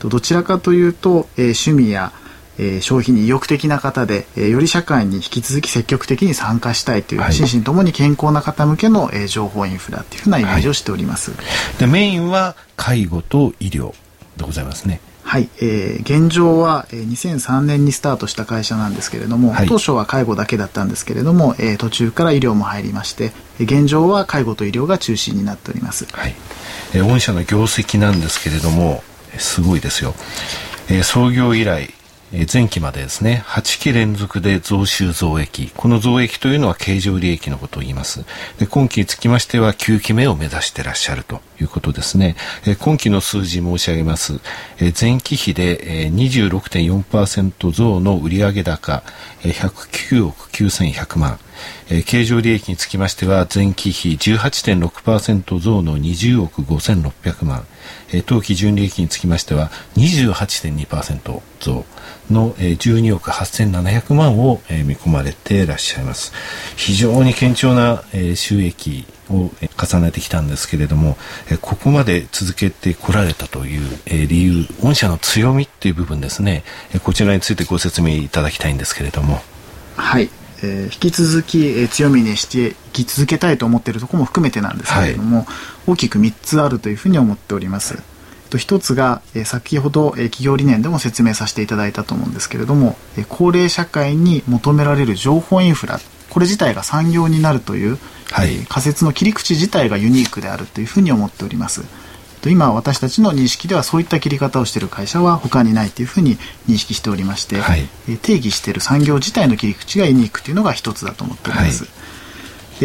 どちらかというと、えー、趣味や、えー、消費に意欲的な方で、えー、より社会に引き続き積極的に参加したいという、はい、心身ともに健康な方向けの、えー、情報インフラというふうなイメージをしております、はい、 でメインは介護と医療でございますね。 はい、えー、現状は、えー、にせんさんねんにスタートした会社なんですけれども、はい、当初は介護だけだったんですけれども、えー、途中から医療も入りまして、現状は介護と医療が中心になっております。 はい、えー、御社の業績なんですけれどもすごいですよ。えー、創業以来前期までですね、はちき連続で増収増益。この増益というのは経常利益のことを言います。で、今期につきましてはきゅうきめを目指していらっしゃるということですね。え今期の数字申し上げます。え前期比で にじゅうろくてんよんパーセント 増の売上高ひゃくきゅうおくきゅうせんひゃくまん。えー、経常利益につきましては前期比 じゅうはちてんろくパーセント 増のにじゅうおくごせんろっぴゃくまん、えー、当期純利益につきましては にじゅうはちてんにパーセント 増の、えー、じゅうにおくはっせんななひゃくまんを、えー、見込まれていらっしゃいます。非常に堅調な、えー、収益を、えー、重ねてきたんですけれども、えー、ここまで続けてこられたという、えー、理由、御社の強みっていう部分ですね、えー、こちらについてご説明いただきたいんですけれども。 はい、えー、引き続き、えー、強みにしていき続けたいと思っているところも含めてなんですけれども、はい、大きくみっつあるというふうに思っております。と一つが、えー、先ほど、えー、企業理念でも説明させていただいたと思うんですけれども、えー、高齢社会に求められる情報インフラ、これ自体が産業になるという、はい、えー、仮説の切り口自体がユニークであるというふうに思っております。今私たちの認識ではそういった切り方をしている会社は他にないというふうに認識しておりまして、はい、定義している産業自体の切り口がユニークというのが一つだと思っております、はい、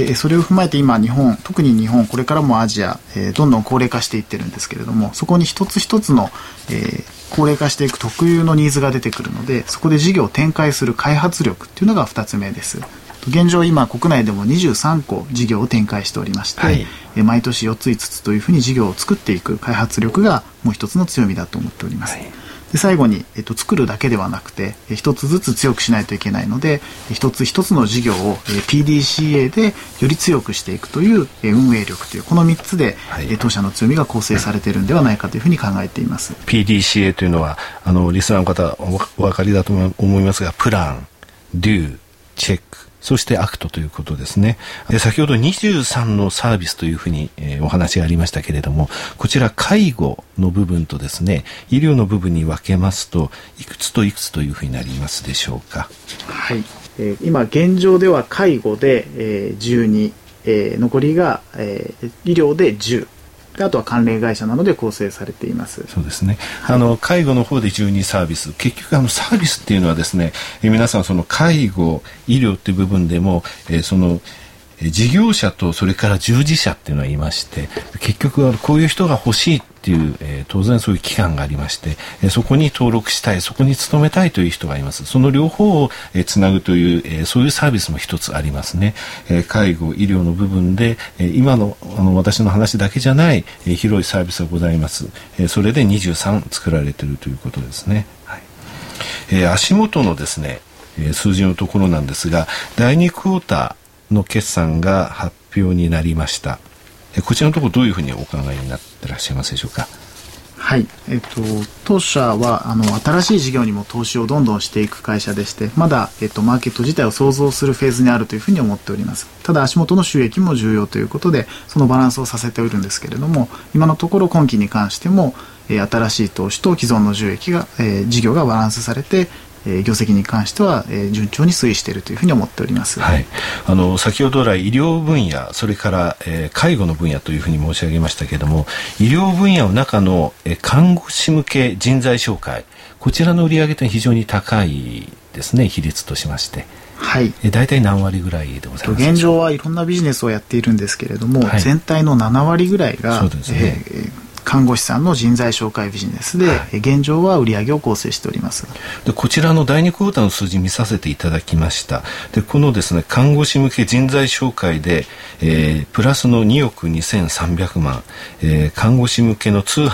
でそれを踏まえて今日本、特に日本、これからもアジア、えー、どんどん高齢化していってるんですけれども、そこに一つ一つの、えー、高齢化していく特有のニーズが出てくるので、そこで事業を展開する開発力というのが二つ目です。現状今国内でもにじゅうさんこ事業を展開しておりまして、はい、毎年よっついつつというふうに事業を作っていく開発力がもう一つの強みだと思っております、はい、で最後に、えっと、作るだけではなくて一つずつ強くしないといけないので、一つ一つの事業を ピーディーシーエー でより強くしていくという運営力というこのみっつで、はい、当社の強みが構成されているのではないかというふうに考えています。 ピーディーシーエー というのはあのリスナーの方お分かりだと思いますが、プラン、ドゥ、チェック、そしてアクトということですね。で先ほどにじゅうさんのサービスというふうに、えー、お話がありましたけれども、こちら介護の部分とですね、医療の部分に分けますといくつといくつというふうになりますでしょうか。 はい、えー、今現状では介護で、えー、じゅうに、えー、残りが、えー、医療でじゅう、あとは関連会社なので構成されています。 そうですね、はい、あの介護の方でじゅうにサービス、結局あのサービスっていうのはですね、え皆さんその介護医療っていう部分でも、えー、その事業者とそれから従事者っていうのがいまして、結局はこういう人が欲しいっていう、えー、当然そういう機関がありまして、えー、そこに登録したい、そこに勤めたいという人がいます。その両方を、えー、つなぐという、えー、そういうサービスも一つありますね。えー、介護医療の部分で、えー、今の、あの私の話だけじゃない、えー、広いサービスがございます。えー、それでにじゅうさん作られているということですね。はい、えー、足元のですね、えー、数字のところなんですが、だいにクォーターの決算が発表になりました。こちらのところどういうふうにお考えになってらっしゃいますでしょうか。 はい、えっと、当社はあの新しい事業にも投資をどんどんしていく会社でして、まだ、えっと、マーケット自体を創造するフェーズにあるというふうに思っております。ただ足元の収益も重要ということで、そのバランスをさせておるんですけれども、今のところ今期に関しても、えー、新しい投資と既存の収益が、えー、事業がバランスされて、えー、業績に関しては、えー、順調に推移しているというふうに思っております。 はい、あの先ほど来医療分野、それから、えー、介護の分野というふうに申し上げましたけれども、医療分野の中の、えー、看護師向け人材紹介、こちらの売上というのは非常に高いですね、比率としまして。 はい、 えー、大体何割ぐらいでございますか。 現状はいろんなビジネスをやっているんですけれども、はい、全体のななわりぐらいが、そうですね、えー看護師さんの人材紹介ビジネスで、はい、現状は売上を構成しております。 でこちらのだいにクォーターの数字見させていただきました。でこのですね、看護師向け人材紹介で、えー、プラスのにおくにせんさんびゃくまん、えー、看護師向けの通販、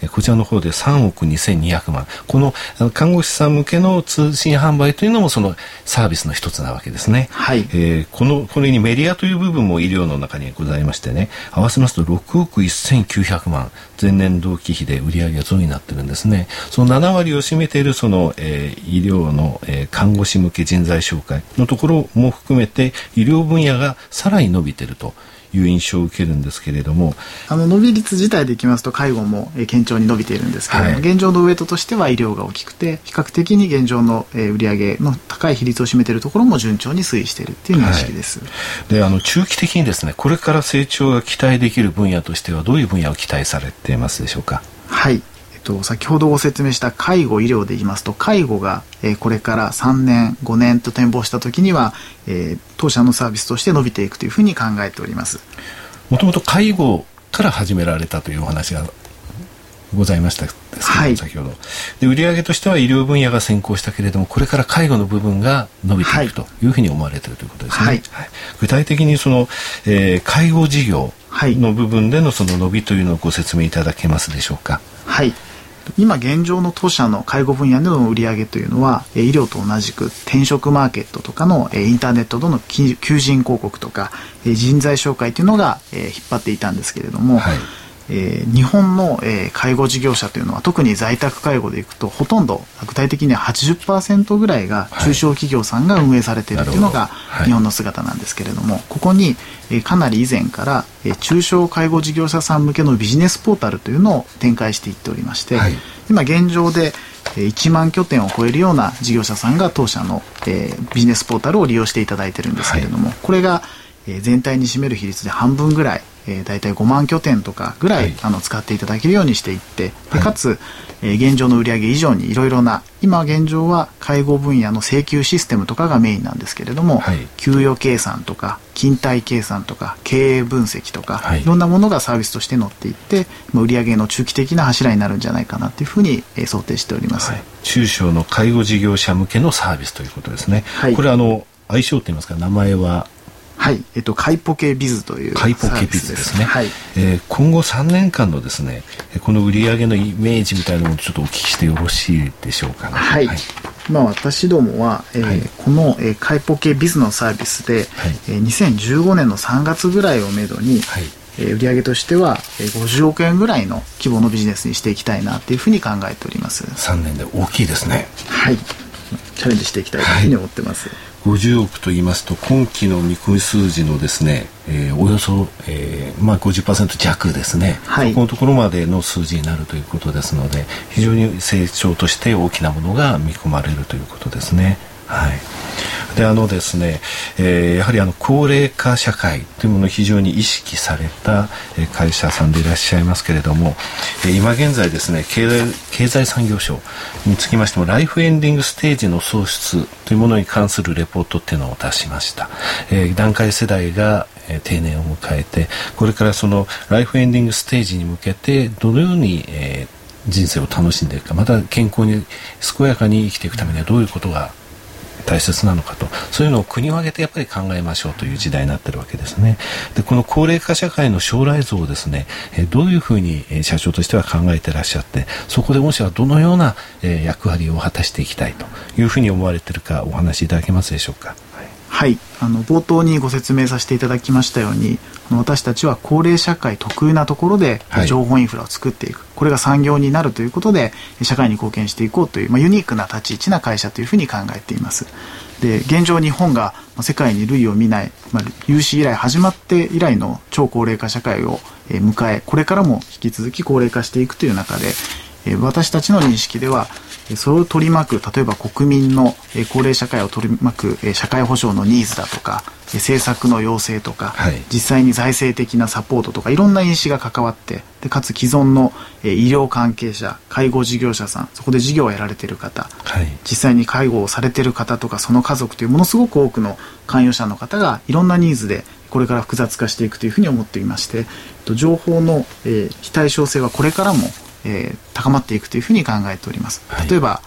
こちらの方でさんおくにせんにひゃくまん、この看護師さん向けの通信販売というのもそのサービスの一つなわけですね。 はい。 えー、このこれにメディアという部分も医療の中にございましてね、合わせますとろくおくせんきゅうひゃくまん、前年同期比で売上が増になってるんですね。そのななわりを占めているその、えー、医療の、えー、看護師向け人材紹介のところも含めて医療分野がさらに伸びているという印象を受けるんですけれども、 あの伸び率自体でいきますと介護も、えー、堅調に伸びているんですけれども、はい、現状のウエイトとしては医療が大きくて比較的に現状の、えー、売上の高い比率を占めているところも順調に推移しているという認識です。 はい、であの中期的にですね、これから成長が期待できる分野としてはどういう分野を期待されていますでしょうか。 はい、えっと、先ほどご説明した介護医療で言いますと、介護が、えー、これからさんねんごねんと展望したときには、えー、当社のサービスとして伸びていくというふうに考えております。 もともと介護から始められたというお話がございましたですけど、はい、先ほどで売上としては医療分野が先行したけれども、これから介護の部分が伸びていくというふうに思われているということですね。はいはい、具体的にその、えー、介護事業の部分でのその伸びというのをご説明いただけますでしょうか。 はい、今現状の当社の介護分野での売上というのは、医療と同じく転職マーケットとかのインターネットでの求人広告とか人材紹介というのが引っ張っていたんですけれども、はい、えー、日本の、えー、介護事業者というのは特に在宅介護でいくとほとんど具体的には はちじゅっパーセント ぐらいが中小企業さんが運営されているというのが日本の姿なんですけれども、はい、ここに、えー、かなり以前から、えー、中小介護事業者さん向けのビジネスポータルというのを展開していっておりまして、はい、今現状でいちまんきょてんを超えるような事業者さんが当社の、えー、ビジネスポータルを利用していただいているんですけれども、はい、これが、えー、全体に占める比率で半分ぐらい、えー、大体ごまんきょてんとかぐらい、はい、あの使っていただけるようにしていって、でかつ、えー、現状の売上以上にいろいろな、今現状は介護分野の請求システムとかがメインなんですけれども、はい、給与計算とか勤怠計算とか経営分析とか、はい、いろんなものがサービスとして載っていって、売上の中期的な柱になるんじゃないかなというふうに、えー、想定しております。はい、 中小の介護事業者向けのサービスということですね。はい、これあの愛称といいますか名前ははい、えっと、カイポケビズというサービスです。 カイポケビズですね。はい、えー、今後さんねんかんのですね、この売上のイメージみたいなものをちょっとお聞きしてよろしいでしょうかね。 はい。はい、まあ、私どもは、えーはい、この、えー、カイポケビズのサービスで、はい、えー、にせんじゅうごねんのさんがつぐらいをめどに、はい、えー、売上としては、えー、ごじゅうおくえんぐらいの規模のビジネスにしていきたいなというふうに考えております。 さんねんで大きいですね。 はい。チャレンジしていきたいというふうに思ってます。はい、 ごじゅうおくと言いますと今期の見込み数字のですね、えー、およそ、えーまあ、ごじゅっパーセント 弱ですね、はい、そこのところまでの数字になるということですので、非常に成長として大きなものが見込まれるということですね。はい、であのですね、えー、やはりあの高齢化社会というものを非常に意識された会社さんでいらっしゃいますけれども、今現在ですね、経済、経済産業省につきましてもライフエンディングステージの創出というものに関するレポートっていうのを出しました。えー、団塊世代が定年を迎えて、これからそのライフエンディングステージに向けてどのように、えー、人生を楽しんでいくか、また健康に健やかに生きていくためにはどういうことが大切なのかと、そういうのを国を挙げてやっぱり考えましょうという時代になっているわけですね。でこの高齢化社会の将来像をですね、えどういうふうに社長としては考えていらっしゃって、そこで御社はどのような役割を果たしていきたいというふうに思われているかお話しいただけますでしょうか。 はい、あの冒頭にご説明させていただきましたように、私たちは高齢社会特有なところで情報インフラを作っていく、はい、これが産業になるということで社会に貢献していこうという、まあ、ユニークな立ち位置な会社というふうに考えています。で現状日本が世界に類を見ない、まあ、有史以来始まって以来の超高齢化社会を迎え、これからも引き続き高齢化していくという中で、私たちの認識ではそれを取り巻く、例えば国民の高齢社会を取り巻く社会保障のニーズだとか政策の要請とか、はい、実際に財政的なサポートとかいろんな因子が関わって、でかつ既存の医療関係者、介護事業者さん、そこで事業をやられている方、はい、実際に介護をされている方とかその家族というものすごく多くの関与者の方がいろんなニーズでこれから複雑化していくというふうに思っていまして、情報の、えー、非対称性はこれからもえー、高まっていくというふうに考えております。例えば、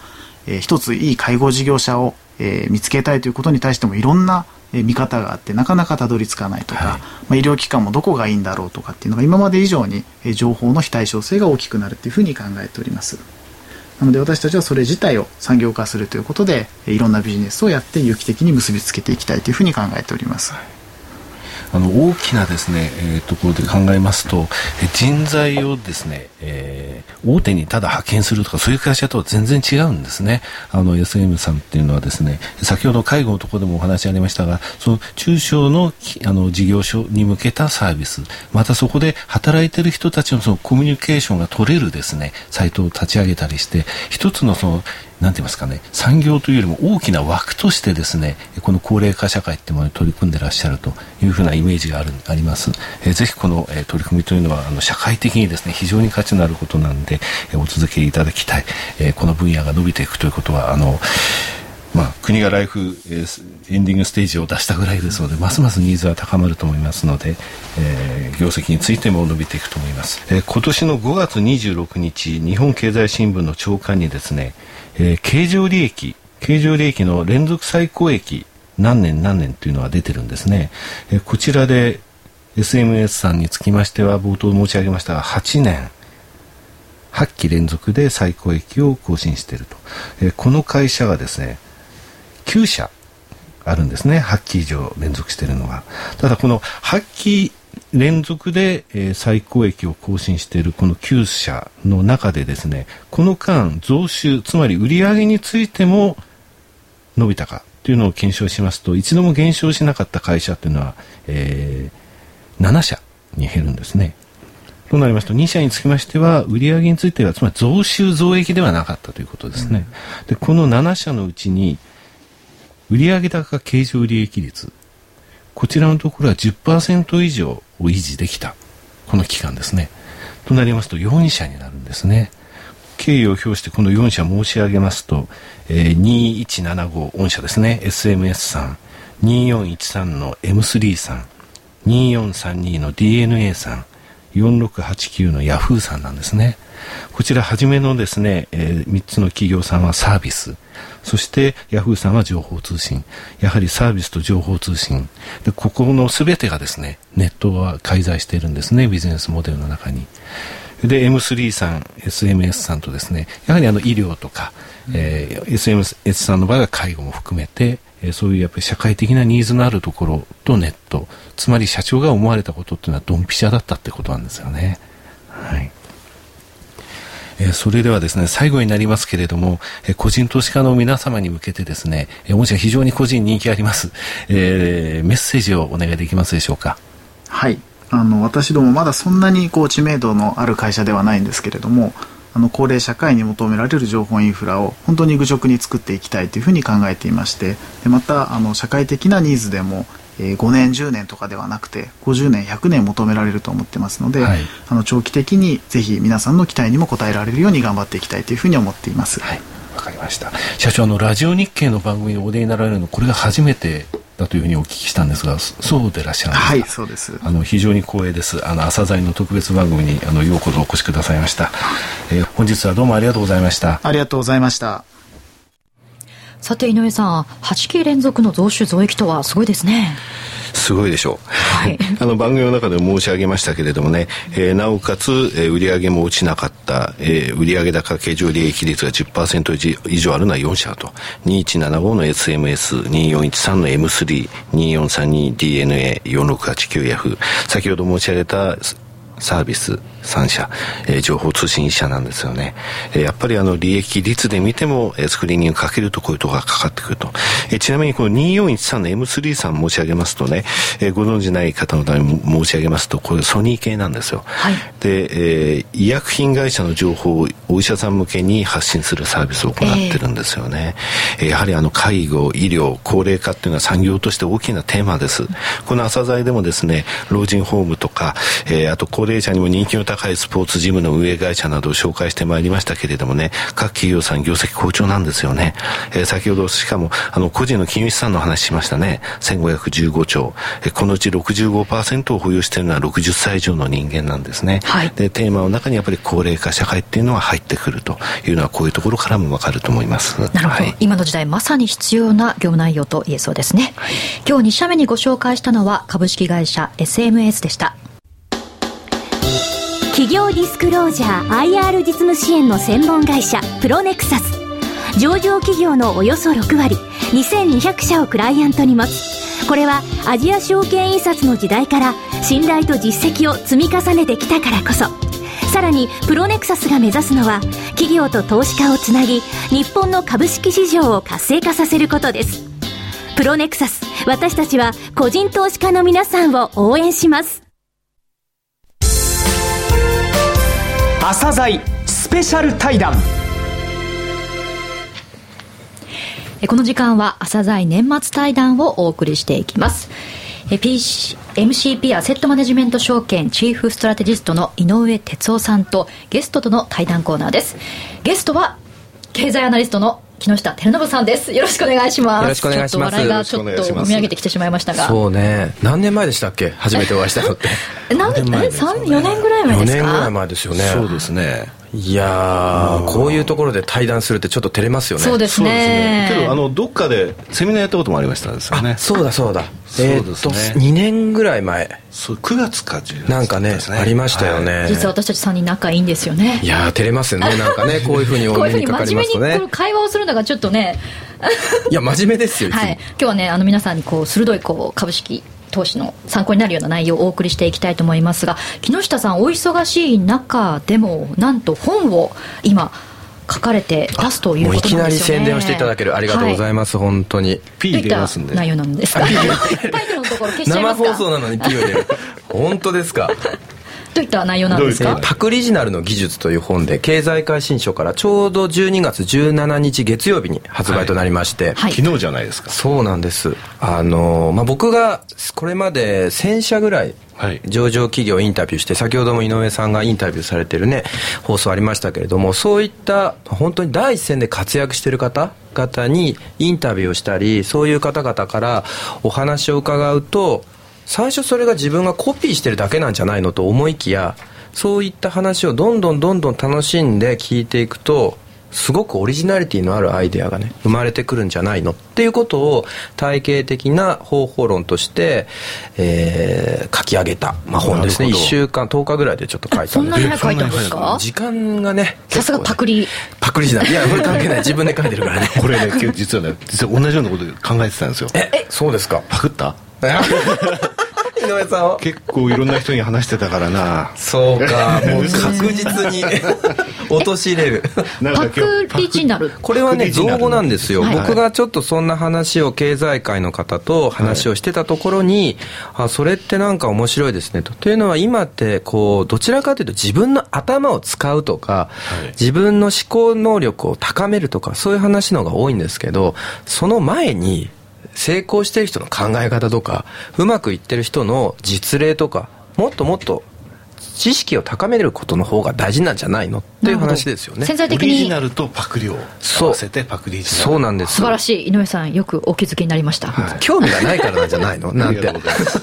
えー、一ついい介護事業者を、えー、見つけたいということに対してもいろんな見方があってなかなかたどり着かないとか、はい、まあ、医療機関もどこがいいんだろうとかっていうのが今まで以上に情報の非対称性が大きくなるというふうに考えております。なので私たちはそれ自体を産業化するということでいろんなビジネスをやって有機的に結びつけていきたいというふうに考えております。 はい、あの大きなですね、えー、ところで考えますと、え人材をですね、えー、大手にただ派遣するとかそういう会社とは全然違うんですね。あの エスエム さんっていうのはですね、先ほど介護のところでもお話ありましたが、その中小のあの事業所に向けたサービス、またそこで働いている人たちのそのコミュニケーションが取れるですねサイトを立ち上げたりして、一つのそのなんて言いますかね、産業というよりも大きな枠としてですね、この高齢化社会っていうものに取り組んでいらっしゃるというふうなイメージがあるあります。えー、ぜひこの、えー、取り組みというのはあの社会的にですね非常に価値のあることなんで、えー、お続けいただきたい。えー、この分野が伸びていくということはあのまあ、国がライフ、えー、エンディングステージを出したぐらいですので、ますますニーズは高まると思いますので、えー、業績についても伸びていくと思います。えー、今年のごがつにじゅうろくにち、日本経済新聞の朝刊にですね、えー、経常利益、経常利益の連続最高益何年何年というのが出てるんですね。えー、こちらで エスエムエス さんにつきましては冒頭申し上げましたがはちねんはっき連続で最高益を更新していると。えー、この会社がですねきゅうしゃあるんですね。はっき以上連続しているのが。ただこのはっき連続で、えー、最高益を更新しているこのきゅうしゃの中でですね、この間増収、つまり売上についても伸びたかというのを検証しますと、一度も減少しなかった会社というのは、えー、ななしゃに減るんですね。となりますとにしゃにつきましては売上についてはつまり増収増益ではなかったということですね。うん、でこのななしゃのうちに売上高経常利益率、こちらのところは じゅっパーセント 以上を維持できたこの期間ですね。となりますとよんしゃになるんですね。経緯を表してこのよんしゃ申し上げますと、えー、にいちななご御社ですね、 エスエムエス さん、によんいちさんの エムスリー さん、によんさんにの ディーエヌエー さん、よんろくはちきゅうの ヤフー さんなんですね。こちら初めのですね、えー、みっつの企業さんはサービス、そしてヤフーさんは情報通信。やはりサービスと情報通信で、ここの全てがですねネットは介在しているんですね、ビジネスモデルの中に。で エムスリー さん、 エスエムエス さんとですね、やはりあの医療とか、うん、えー、エスエムエス さんの場合は介護も含めて、えー、そういうやっぱり社会的なニーズのあるところとネット、つまり社長が思われたことっていうのはドンピシャだったってことなんですよね。はい。えー、それではですね最後になりますけれども、えー、個人投資家の皆様に向けてですね、えー、御社非常に個人人気あります、えー、メッセージをお願いできますでしょうか。 はい、あの私どもまだそんなにこう知名度のある会社ではないんですけれども、あの高齢社会に求められる情報インフラを本当に愚直に作っていきたいというふうに考えていまして、でまたあの社会的なニーズでもえー、ごねんじゅうねんとかではなくてごじゅうねんひゃくねん求められると思ってますので、はい、あの長期的にぜひ皆さんの期待にも応えられるように頑張っていきたいというふうに思っています。 はい、わかりました。社長、あのラジオ日経の番組にお出になられるのこれが初めてだというふうにお聞きしたんですが、そうでいらっしゃるんですか。 はい、そうです。 あの非常に光栄です。あの朝鮮の特別番組にあのようこそお越しくださいました。えー、本日はどうもありがとうございました。 ありがとうございました。 さて井上さん、はちき連続の増収増益とはすごいですね。 すごいでしょう。 はい、 あの番組の中でも申し上げましたけれどもね、えー、なおかつ、えー、売上も落ちなかった、えー、売上高経常利益率が じゅっパーセント 以上あるのはよんしゃと、にいちななごの エスエムエス、によんいちさんの エムスリー、によんさんに ディーエヌエー、よんろくはちきゅうヤフー、先ほど申し上げたサービスさんしゃ、えー、情報通信いっしゃなんですよね。えー、やっぱりあの利益率で見ても、えー、スクリーニングかけるとこういうところがかかってくると。えー、ちなみにこのによんいちさんの エムスリー さん申し上げますとね、えー、ご存じない方のために申し上げますと、これソニー系なんですよ。はい、で、えー、医薬品会社の情報をお医者さん向けに発信するサービスを行ってるんですよね。えー、やはりあの介護、医療、高齢化っていうのは産業として大きなテーマです。この朝鮮でもですね、老人ホームとか、えー、あと高齢者にも人気の高高いスポーツジムの運営会社などを紹介してまいりましたけれどもね、各企業さん業績好調なんですよね。えー、先ほどしかもあの個人の金融資産の話しましたね。せんごひゃくじゅうごちょう、えー、このうち ろくじゅうごパーセント を保有しているのはろくじゅっさい以上の人間なんですね、はい、でテーマの中にやっぱり高齢化社会っていうのは入ってくるというのはこういうところからも分かると思います。 なるほど、はい、今の時代まさに必要な業務内容と言えそうですね、はい、今日に社目にご紹介したのは株式会社 エスエムエス でした。 企業ディスクロージャー アイアール 実務支援の専門会社プロネクサス、上場企業のおよそろくわりにせんにひゃくしゃをクライアントに持つ。これはアジア証券印刷の時代から信頼と実績を積み重ねてきたからこそ、さらにプロネクサスが目指すのは企業と投資家をつなぎ日本の株式市場を活性化させることです。プロネクサス、私たちは個人投資家の皆さんを応援します。 朝鮮スペシャル対談。 この時間は朝鮮年末対談をお送りしていきます。え ピーシー、エムシーピー アセットマネジメント証券チーフストラテジストの井上哲夫さんとゲストとの対談コーナーです。ゲストは経済アナリストの木下照信さんです。よろしくお願いします。 よろしくお願いします。 ちょっと笑いがちょっと込み上げてきてしまいましたが、 そうね、何年前でしたっけ、初めてお会いしたのって何年前ですかね。よねんぐらい前ですか。 よねんぐらい前ですよね。 そうですね。 いやー、こういうところで対談するってちょっと照れますよね。 そうですね。 けどあのどっかでセミナーやったこともありましたですよね。 そうだそうだ、 そうですね、 えー、っとにねんぐらい前、 そうくがつかじゅうがつなんかね、ありましたよね、はい、 実は私たちさんにん仲いいんですよね。 いやー照れますよね、なんかねこういうふうにお目にかかりますとね、こういうふうに真面目にこう会話をするのがちょっとねいや真面目ですよ、 はい、今日はねあの皆さんにこう鋭いこう株式投資の参考になるような内容をお送りしていきたいと思いますが、木下さんお忙しい中でもなんと本を今書かれて出すということなんですよね。もういきなり宣伝をしていただける、ありがとうございます、はい、本当に。 ピー入れますんで。 どういった内容なんですか。タイトルのところ消しちゃいますか。 生放送なのにピーを入れる本当ですか。 どういった内容なんですか。 パクリジナルの技術という本で経済界新書からちょうどじゅうにがつじゅうしちにち月曜日に発売となりまして、 はいはい、昨日じゃないですか。 そうなんです。あの、まあ、僕がこれまでせんしゃぐらい上場企業インタビューして、先ほども井上さんがインタビューされてるね放送ありましたけれども、そういった本当に第一線で活躍している方々にインタビューをしたり、そういう方々からお話を伺うと、最初それが自分がコピーしてるだけなんじゃないのと思いきや、そういった話をどんどんどんどん楽しんで聞いていくと、すごくオリジナリティのあるアイデアがね生まれてくるんじゃないのっていうことを体系的な方法論として、えー、書き上げた、まあ、本ですね。いっしゅうかんとおかぐらいでちょっと書いたんです。 そんなに早く書いたんですか。 時間がね、 さすがパクリパクリじゃない、いやこれ関係ない、自分で書いてるからねこれね実はね実は同じようなこと考えてたんですよ。 ええ、そうですか。 パクった井上さんは結構いろんな人に話してたからな。 そうか、もう確実に陥れるパクリジナル、 これはね造語なんですよ、はい、僕がちょっとそんな話を経済界の方と話をしてたところに、はい、あそれってなんか面白いですねと。というのは今ってこうどちらかというと自分の頭を使うとか、はい、自分の思考能力を高めるとか、そういう話の方が多いんですけど、その前に成功してる人の考え方とか、うまくいってる人の実例とか、もっともっと知識を高めることの方が大事なんじゃないのっていう話ですよね。 潜在的にオリジナルとパクリを合わせてパクリジナル。 そうなんです。 素晴らしい。井上さんよくお気づきになりました、はい、 興味がないからなんじゃないのなんて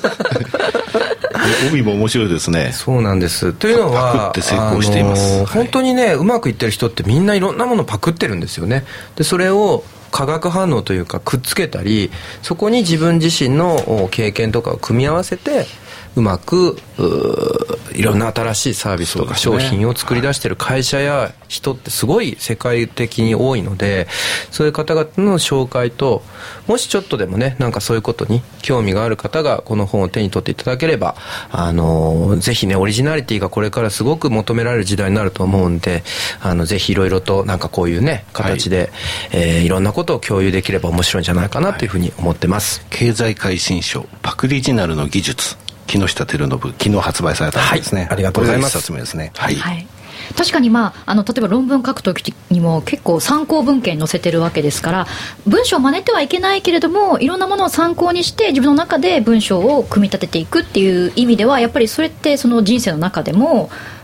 帯も面白いですね。 そうなんです。というのはパクって成功しています、 あのー、本当にねうまくいってる人ってみんないろんなものをパクってるんですよね。でそれを化学反応というかくっつけたり、そこに自分自身の経験とかを組み合わせてうまくいろんな新しいサービスとか商品を作り出している会社や人ってすごい世界的に多いので、そういう方々の紹介と、もしちょっとでもねなんかそういうことに興味がある方がこの本を手に取っていただければ、あのぜひねオリジナリティがこれからすごく求められる時代になると思うんで、あのぜひいろいろとなんかこういうね形で、はいえー、いろんなことを共有できれば面白いんじゃないかなというふうに思ってます、 はい、経済界新書パクリジナルの技術、木下照信、昨日発売されたんですね、 はい、ありがとうございます。 これが一冊目ですね、はいはい、確かに、まあ、あの例えば論文書くときにも結構参考文献載せてるわけですから、文章を真似てはいけないけれどもいろんなものを参考にして自分の中で文章を組み立てていくっていう意味では、やっぱりそれってその人生の中でも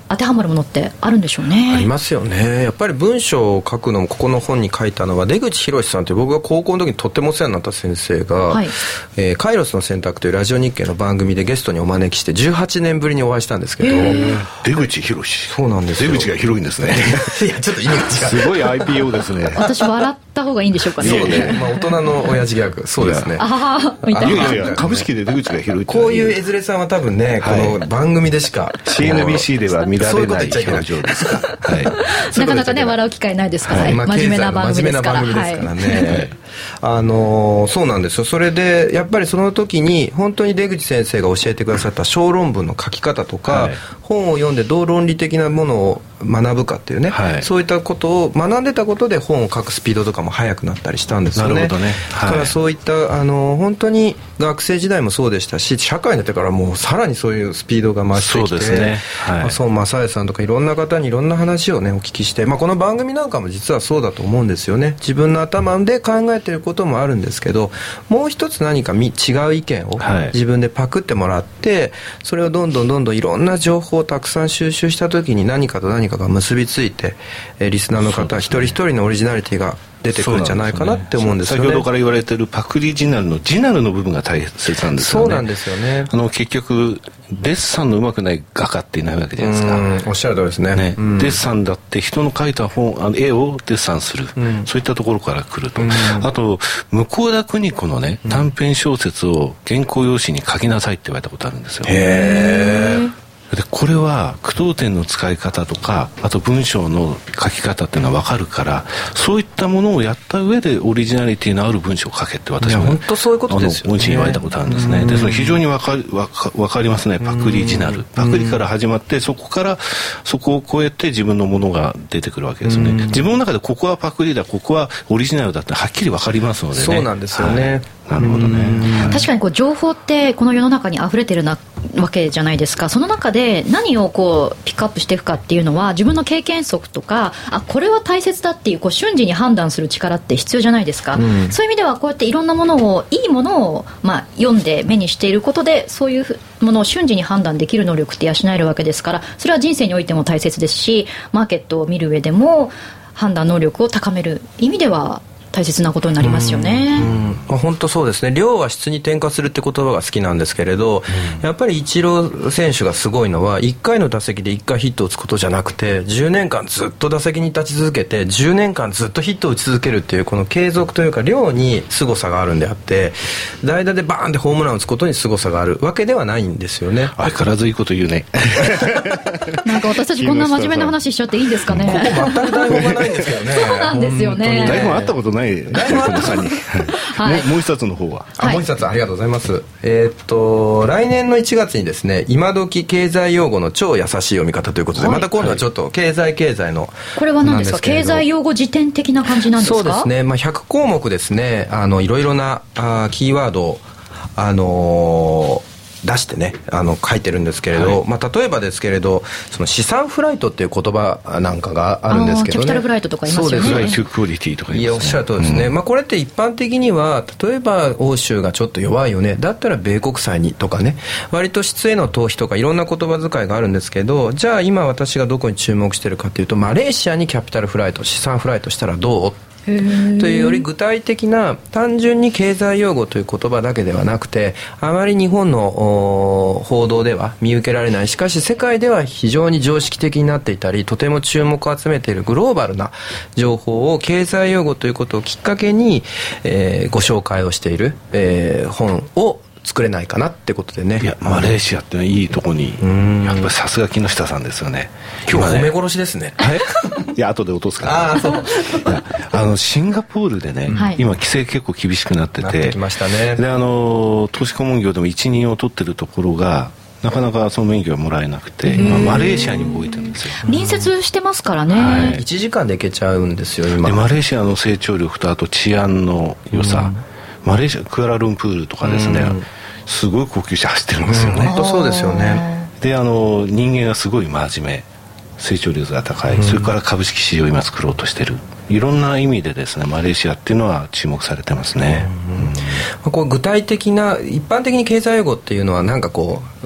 当てはまるものってあるんでしょうね。 ありますよね。やっぱり文章を書くのもここの本に書いたのは出口博さんという僕が高校の時にとってもお世話になった先生が、はい、えー、カイロスの選択というラジオ日経の番組でゲストにお招きしてじゅうはちねんぶりにお会いしたんですけど、 出口博そうなんですよ。 出口が広いんですねいやちょっと意味が違うすごい アイピーオー ですね私笑った方がいいんでしょうかね。 そうね、まあ、大人の親父ギャグそうですね。 ああみたいな。 いやいや株式で出口が広いってこういう絵連れさんは多分ね、はい、この番組でしか シーエヌビーシー では見られない表情ですかはい、 なかなかね笑う機会ないですから、はい、真面目な番組ですから、 真面目な番組ですからね、はい、あのー、そうなんですよ。それでやっぱりその時に本当に出口先生が教えてくださった小論文の書き方とか、はい、本を読んでどう論理的なものを学ぶかっていうね、はい、そういったことを学んでたことで本を書くスピードとかも速くなったりしたんですよね。 なるほどね、 はい、だからそういったあの本当に学生時代もそうでしたし社会になってからもうさらにそういうスピードが増してきて、そうですね、はい、麻生正恵さんとかいろんな方にいろんな話をねお聞きして、まあ、この番組なんかも実はそうだと思うんですよね。自分の頭で考えていることもあるんですけどもう一つ何か違う意見を自分でパクってもらって、はい、それをどんどんどんどんいろんな情報をたくさん収集した時に何かと何かが結びついて、えー、リスナーの方一人一人のオリジナリティが出てくるんじゃないかなって思うんですよね。 先ほどから言われているパクリジナルのジナルの部分が大切なんですよね。 そうなんですよね。 あの結局デッサンの上手くない画家っていないわけじゃないですか。 うんおっしゃる通りですね。ねデッサンだって人の描いた本あの絵をデッサンする、うん、そういったところから来ると、うん、あと向田邦子のね短編小説を原稿用紙に書きなさいって言われたことあるんですよ。 へー。 でこれは句読点の使い方とかあと文章の書き方っていうのは分かるからそういったものをやった上でオリジナリティのある文章を書けって私も本当そういうことですよね。 恩師に言われたことあるんですね。でその非常に分かる分か分かりますね。パクリジナルパクリから始まってそこからそこを超えて自分のものが出てくるわけですよね。自分の中でここはパクリだここはオリジナルだってはっきり分かりますのでね。 そうなんですよね、 はいなるほどね。 確かにこう情報ってこの世の中に溢れてるなわけじゃないですか。その中で何をこうピックアップしていくかっていうのは自分の経験則とかあこれは大切だっていう、こう瞬時に判断する力って必要じゃないですか、うん、そういう意味ではこうやっていろんなものをいいものを、まあ、読んで目にしていることでそういうものを瞬時に判断できる能力って養えるわけですからそれは人生においても大切ですしマーケットを見る上でも判断能力を高める意味では大切なことになりますよね。 本当そうですね。量は質に転化するって言葉が好きなんですけれど、うん、やっぱりイチロー選手がすごいのはいっかいの打席でいっかいヒットを打つことじゃなくてじゅうねんかんずっと打席に立ち続けてじゅうねんかんずっとヒットを打ち続けるっていうこの継続というか量に凄さがあるんであって代打でバーンってホームランを打つことに凄さがあるわけではないんですよね。 相変わらずいいこと言うねなんか私たちこんな真面目な話しちゃっていいんですかね。 ここ全く台本がないんですけどねそうなんですよね。 台本あったことない台本あったことないはい、もう一冊の方は、 はい、もう一冊ありがとうございます。えー、っと来年のいちがつにですね今時経済用語の超優しい読み方ということで、はい、また今度はちょっと経済経済のこれは何ですか。経済用語辞典的な感じなんですか。 そうですね、まあ、ひゃくこうもくですねあのいろいろなあキーワードをあのー出してねあの書いてるんですけれど、はいまあ、例えばですけれどその資産フライトっていう言葉なんかがあるんですけどね。キャピタルフライトとか言いますよね。 そうです。 セキュリティとか言いますね。 いやおっしゃるとですね、うんまあ、これって一般的には例えば欧州がちょっと弱いよねだったら米国債にとかね割と質への投資とかいろんな言葉遣いがあるんですけどじゃあ今私がどこに注目してるかというとマレーシアにキャピタルフライト資産フライトしたらどうというより具体的な単純に経済用語という言葉だけではなくてあまり日本の報道では見受けられないしかし世界では非常に常識的になっていたりとても注目を集めているグローバルな情報を経済用語ということをきっかけに、えー、ご紹介をしている、えー、本を作れないかなってことでね。 いやマレーシアってのはいいとこにやっぱりさすが木下さんですよね。 今日は褒め殺しですね。 いや後で落とすからあそういやあのシンガポールでね、はい、今規制結構厳しくなっててなってきましたね。 であの投資顧問業でも一任を取ってるところがなかなかその免許がもらえなくて今マレーシアに動いてるんですよ。 隣接してますからね、 はい、いちじかんで行けちゃうんですよ今。 でマレーシアの成長力とあと治安の良さ、マレーシアクアラルンプールとかですねすごい高級車走ってるんですよね。 本当そうですよね。 であの人間がすごい真面目成長率が高い、うん、それから株式市場を今作ろうとしてるいろんな意味でですねマレーシアっていうのは注目されてますね、 うんうん、こう具体的な一般的に経済用語っていうのはなんかこ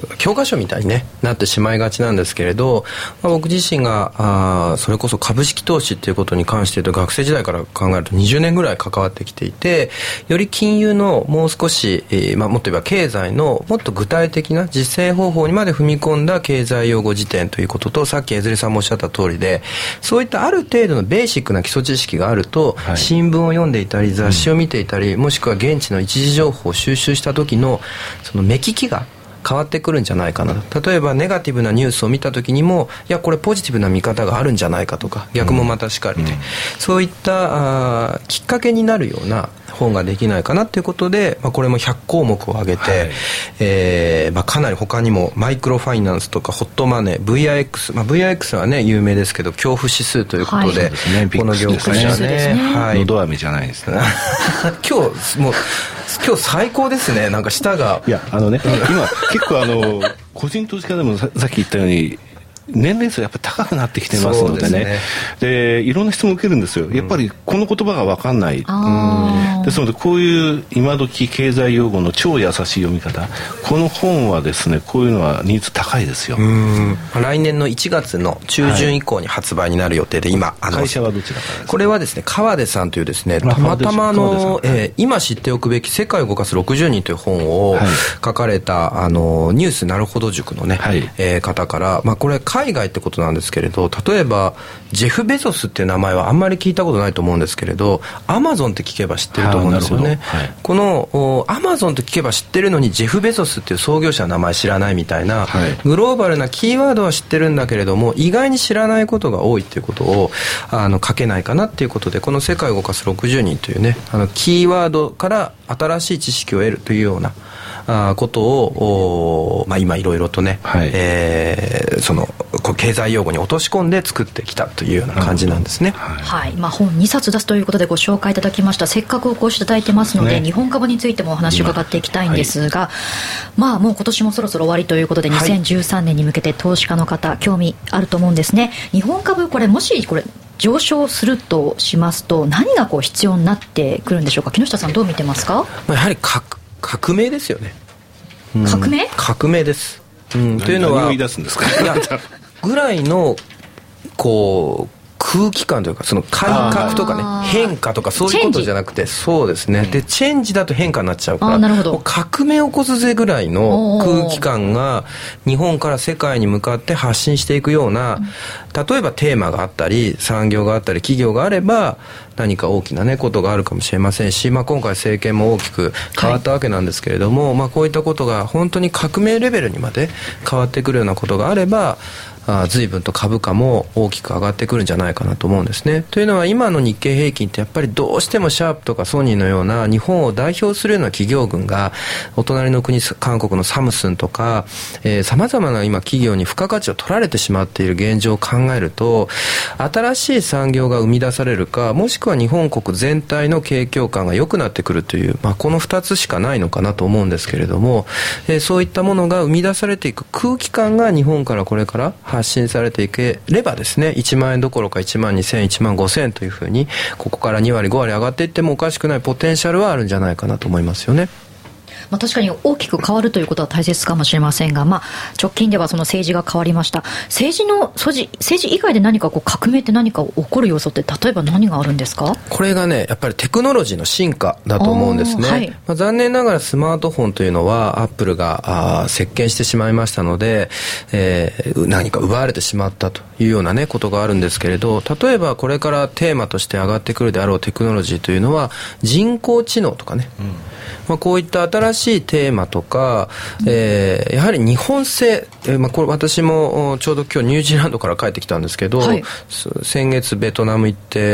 教科書みたいに、ね、なってしまいがちなんですけれど、まあ、僕自身があそれこそ株式投資っていうことに関して言うと学生時代から考えるとにじゅうねんぐらい関わってきていて、より金融のもう少し、えーまあ、もっと言えば経済のもっと具体的な実践方法にまで踏み込んだ経済用語辞典ということと、さっき江連さんもおっしゃった通りで、そういったある程度のベーシックな基礎知識があると、はい、新聞を読んでいたり雑誌を見ていたり、うん、もしくは現地の一時情報を収集した時のその目利きが変わってくるんじゃないかなと。例えばネガティブなニュースを見た時にも、いやこれポジティブな見方があるんじゃないかとか、逆もまたしかりで、うん、そういったあきっかけになるような本ができないかなということで、まあ、これもひゃっこうもくを挙げて、はい、えーまあ、かなり他にもマイクロファイナンスとかホットマネー ブイアイエックス、まあ、ブイアイエックス はね有名ですけど恐怖指数ということで、はい、この業界はね、 はい、のど飴じゃないですね今日もう今日最高ですね。なんか舌がいやあのね今結構あの個人投資家でも さ, さっき言ったように年齢層やっぱり高くなってきてますので ね, で, ねでいろんな質問を受けるんですよ。やっぱりこの言葉が分かんない、うん、ですのでこういう今時経済用語の超優しい読み方、この本はですねこういうのはニーズ高いですよ。うん、 来年のいちがつの中旬以降に発売になる予定で、はい、今あの会社はどちらからですか？ これはですね川出さんというですねたまたまの、えー、今知っておくべき世界を動かすろくじゅうにんという本を書かれた、はい、あのニュースなるほど塾のね、はい、えー、方から、まあ、これ海外ってことなんですけれど、例えばジェフ・ベゾスっていう名前はあんまり聞いたことないと思うんですけれど、アマゾンって聞けば知ってると思うんですよね。はい、このアマゾンって聞けば知ってるのにジェフ・ベゾスっていう創業者の名前知らないみたいな、はい、グローバルなキーワードは知ってるんだけれども意外に知らないことが多いっていうことをあの書けないかなっていうことで、この世界を動かすろくじゅうにんというねあのキーワードから新しい知識を得るというようなあことを、まあ、今いろいろとね、はい、えー、その経済用語に落とし込んで作ってきたというような感じなんですね。 はい、はい、まあ、本にさつ出すということでご紹介いただきました。せっかくお越しいただいてますので、ね、日本株についてもお話を伺っていきたいんですが、はい、まあもう今年もそろそろ終わりということで、にせんじゅうさんねんに向けて投資家の方興味あると思うんですね。日本株これもしこれ上昇するとしますと何がこう必要になってくるんでしょうか。木下さんどう見てますか？ やはり革革命ですよね。 革命？ 革命です。うん、というのは何を言い出すんですか？ いやぐらいのこう空気感というか、その改革とかね変化とかそういうことじゃなくて、そうですね、でチェンジだと変化になっちゃうから、もう革命を起こすぜぐらいの空気感が日本から世界に向かって発信していくような、例えばテーマがあったり産業があったり企業があれば何か大きなねことがあるかもしれませんし、まあ、今回政権も大きく変わったわけなんですけれども、はい、まあ、こういったことが本当に革命レベルにまで変わってくるようなことがあれば、あ随分と株価も大きく上がってくるんじゃないかなと思うんですね。というのは今の日経平均ってやっぱりどうしてもシャープとかソニーのような日本を代表するような企業群がお隣の国韓国のサムスンとかさまざまな今企業に付加価値を取られてしまっている現状を考えると、新しい産業が生み出されるか、もしくは日本国全体の景況感が良くなってくるという、まあ、このふたつしかないのかなと思うんですけれども、えー、そういったものが生み出されていく空気感が日本からこれから発信されていければですね、いちまんえんどころかいちまんにせんえん、いちまんごせんえんというふうにここからにわりごわり上がっていってもおかしくないポテンシャルはあるんじゃないかなと思いますよね。 まあ、確かに大きく変わるということは大切かもしれませんが、まあ、直近ではその政治が変わりました。政治の素地、政治以外で何かこう革命って何か起こる要素って例えば何があるんですか？ これがねやっぱりテクノロジーの進化だと思うんですね。はい、まあ、残念ながらスマートフォンというのはアップルが席巻してしまいましたので、えー、何か奪われてしまったというようなねことがあるんですけれど、例えばこれからテーマとして上がってくるであろうテクノロジーというのは人工知能とかね、うん、まあ、こういった新しいテーマとか、えー、やはり日本製、えーまあ、これ私もちょうど今日ニュージーランドから帰ってきたんですけど、はい、先月ベトナム行って、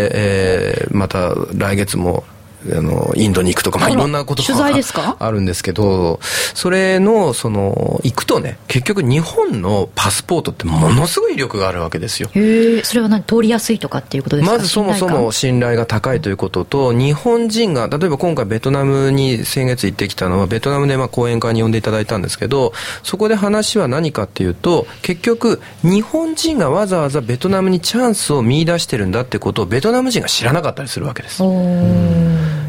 えー、また来月もあのインドに行くとか、まあ、いろんなことがあるんですけど、それのその行くとね結局日本のパスポートってものすごい威力があるわけですよ。 へえ、それは何通りやすいとかっていうことですか？ まずそもそも信頼が高いということと、日本人が例えば今回ベトナムに先月行ってきたのはベトナムでまあ講演会に呼んでいただいたんですけど、そこで話は何かっていうと、結局日本人がわざわざベトナムにチャンスを見出してるんだってことをベトナム人が知らなかったりするわけです。おー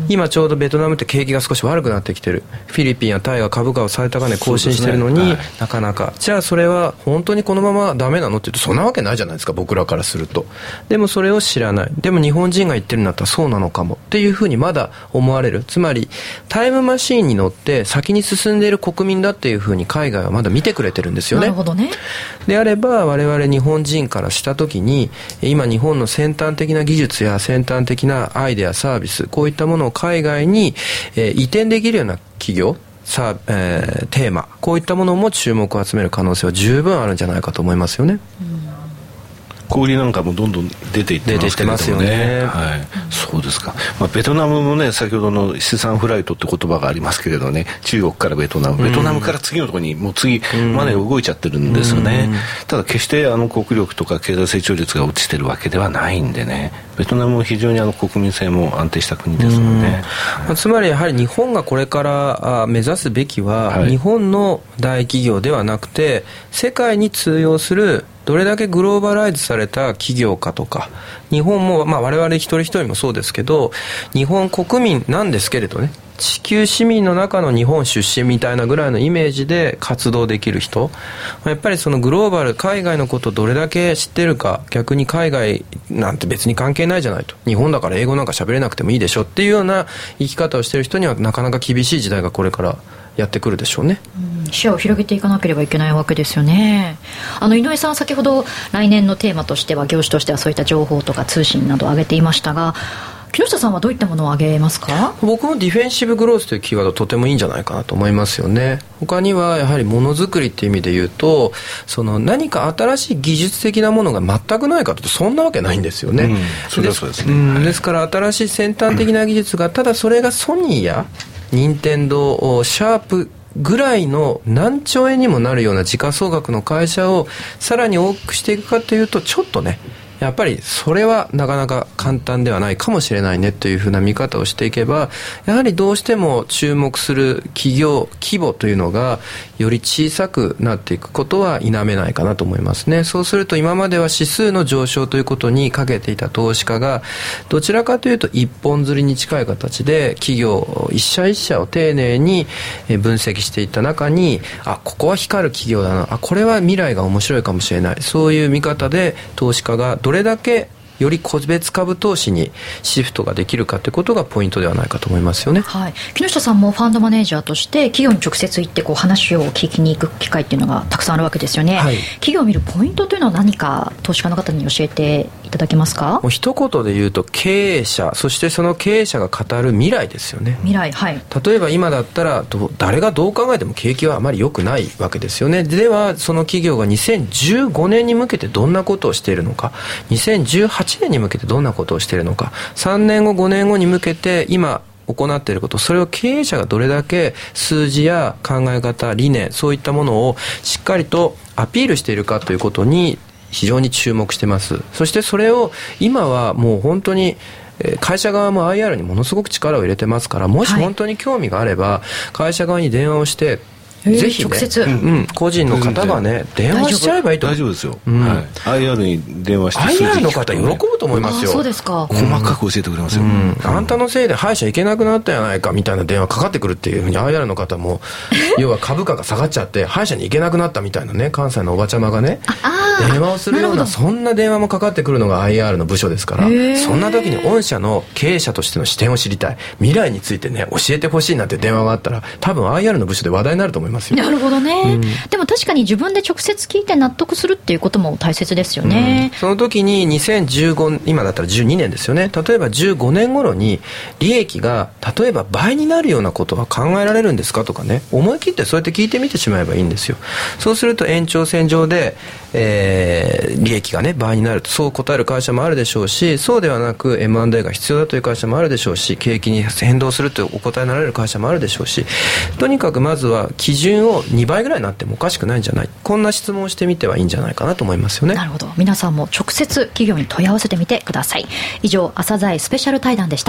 今ちょうどベトナムって景気が少し悪くなってきてる。フィリピンやタイが株価を最高値更新してるのに、ね、はい、なかなかじゃあそれは本当にこのままダメなのって言うとそんなわけないじゃないですか、僕らからすると。でもそれを知らない。でも日本人が言ってるんだったらそうなのかもっていうふうにまだ思われる。つまりタイムマシーンに乗って先に進んでいる国民だっていうふうに海外はまだ見てくれてるんですよね。 なるほどね。 であれば我々日本人からした時に今日本の先端的な技術や先端的なアイデアサービス、こういったものを海外に、えー、移転できるような企業さ、えー、テーマ、こういったものも注目を集める可能性は十分あるんじゃないかと思いますよね。うん、 小売りなんかもどんどん出ていってますけれどもね。出てきてますよね。はい、そうですか。まあ、ベトナムもね、先ほどの資産フライトって言葉がありますけれどね、中国からベトナム、ベトナムから次のところにもう次まで動いちゃってるんですよね。ただ決してあの国力とか経済成長率が落ちてるわけではないんでね、ベトナムも非常にあの国民性も安定した国ですので、 まあ、つまりやはり日本がこれから目指すべきは、はい、日本の大企業ではなくて世界に通用するどれだけグローバライズされた企業家とか、日本も、まあ、我々一人一人もそうですけど日本国民なんですけれどね、地球市民の中の日本出身みたいなぐらいのイメージで活動できる人、やっぱりそのグローバル、海外のことをどれだけ知ってるか、逆に海外なんて別に関係ないじゃないと、日本だから英語なんか喋れなくてもいいでしょっていうような生き方をしてる人にはなかなか厳しい時代がこれからやってくるでしょうね。 うん、視野を広げていかなければいけないわけですよね。あの井上さんは先ほど来年のテーマとしては業種としてはそういった情報とか通信などを挙げていましたが、木下さんはどういったものを挙げますか？ 僕もディフェンシブグロースというキーワードとてもいいんじゃないかなと思いますよね。他にはやはりものづくりっていう意味で言うと、その何か新しい技術的なものが全くないかというとそんなわけないんですよね。うん、 それはそうですね。 うん、ですから新しい先端的な技術が、ただそれがソニーや任天堂、シャープぐらいの何兆円にもなるような時価総額の会社をさらに大きくしていくかというと、ちょっとねやっぱりそれはなかなか簡単ではないかもしれないねというふうな見方をしていけば、やはりどうしても注目する企業規模というのがより小さくなっていくことは否めないかなと思いますね。そうすると今までは指数の上昇ということにかけていた投資家がどちらかというと一本釣りに近い形で企業一社一社を丁寧に分析していった中に、あ、ここは光る企業だな、あ、これは未来が面白いかもしれない、そういう見方で投資家がどれだけより個別株投資にシフトができるかということがポイントではないかと思いますよね。 はい、木下さんもファンドマネージャーとして企業に直接行ってこう話を聞きに行く機会っていうのがたくさんあるわけですよね。はい、企業を見るポイントというのは何か投資家の方に教えていただけますか？ もう一言で言うと経営者、そしてその経営者が語る未来ですよね。 未来、はい、 例えば今だったら誰がどう考えても景気はあまり良くないわけですよね。ではその企業がにせんじゅうごねんに向けてどんなことをしているのか、にせんじゅうはちねんに向けてどんなことをしているのか、さんねんごごねんごに向けて今行っていること、それを経営者がどれだけ数字や考え方、理念、そういったものをしっかりとアピールしているかということに非常に注目してます。そしてそれを今はもう本当に会社側も アイアール にものすごく力を入れてますから、もし本当に興味があれば会社側に電話をしてぜひ、ね、 直接、 うん、個人の方がね電話しちゃえばいいと。 大丈夫ですよ、うん、はい、アイアール に電話してアイアール の方喜ぶと思いますよ。 そうですか。 細かく教えてくれますよ、 うんうん、あんたのせいで歯医者行けなくなったやないかみたいな電話かかってくるっていうふうに アイアール の方も要は株価が下がっちゃって歯医者に行けなくなったみたいなね、関西のおばちゃまがね電話をするようなそんな電話もかかってくるのが アイアール の部署ですから、そんな時に御社の経営者としての視点を知りたい、未来についてね教えてほしいなんて電話があったら多分 アイアール の部署で話題になると思いますよ。 なるほどね。うん、でも確かに自分で直接聞いて納得するっていうことも大切ですよね。 うん、その時ににせんじゅうご、今だったらじゅうにねんですよね。例えばじゅうごねん頃に利益が例えば倍になるようなことは考えられるんですかとかね、思い切ってそうやって聞いてみてしまえばいいんですよ。そうすると延長線上で、えー、利益がね倍になるとそう答える会社もあるでしょうし、そうではなく エムアンドエー が必要だという会社もあるでしょうし、景気に変動するとお答えになられる会社もあるでしょうし、とにかくまずは基準をにばいぐらいになってもおかしくないんじゃない、こんな質問をしてみてはいいんじゃないかなと思いますよね。 なるほど。皆さんも直接企業に問い合わせてみてください。以上、朝鮮スペシャル対談でした。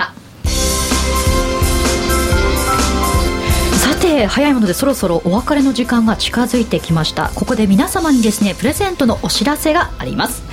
さて、早いものでそろそろお別れの時間が近づいてきました。ここで皆様にですねプレゼントのお知らせがあります。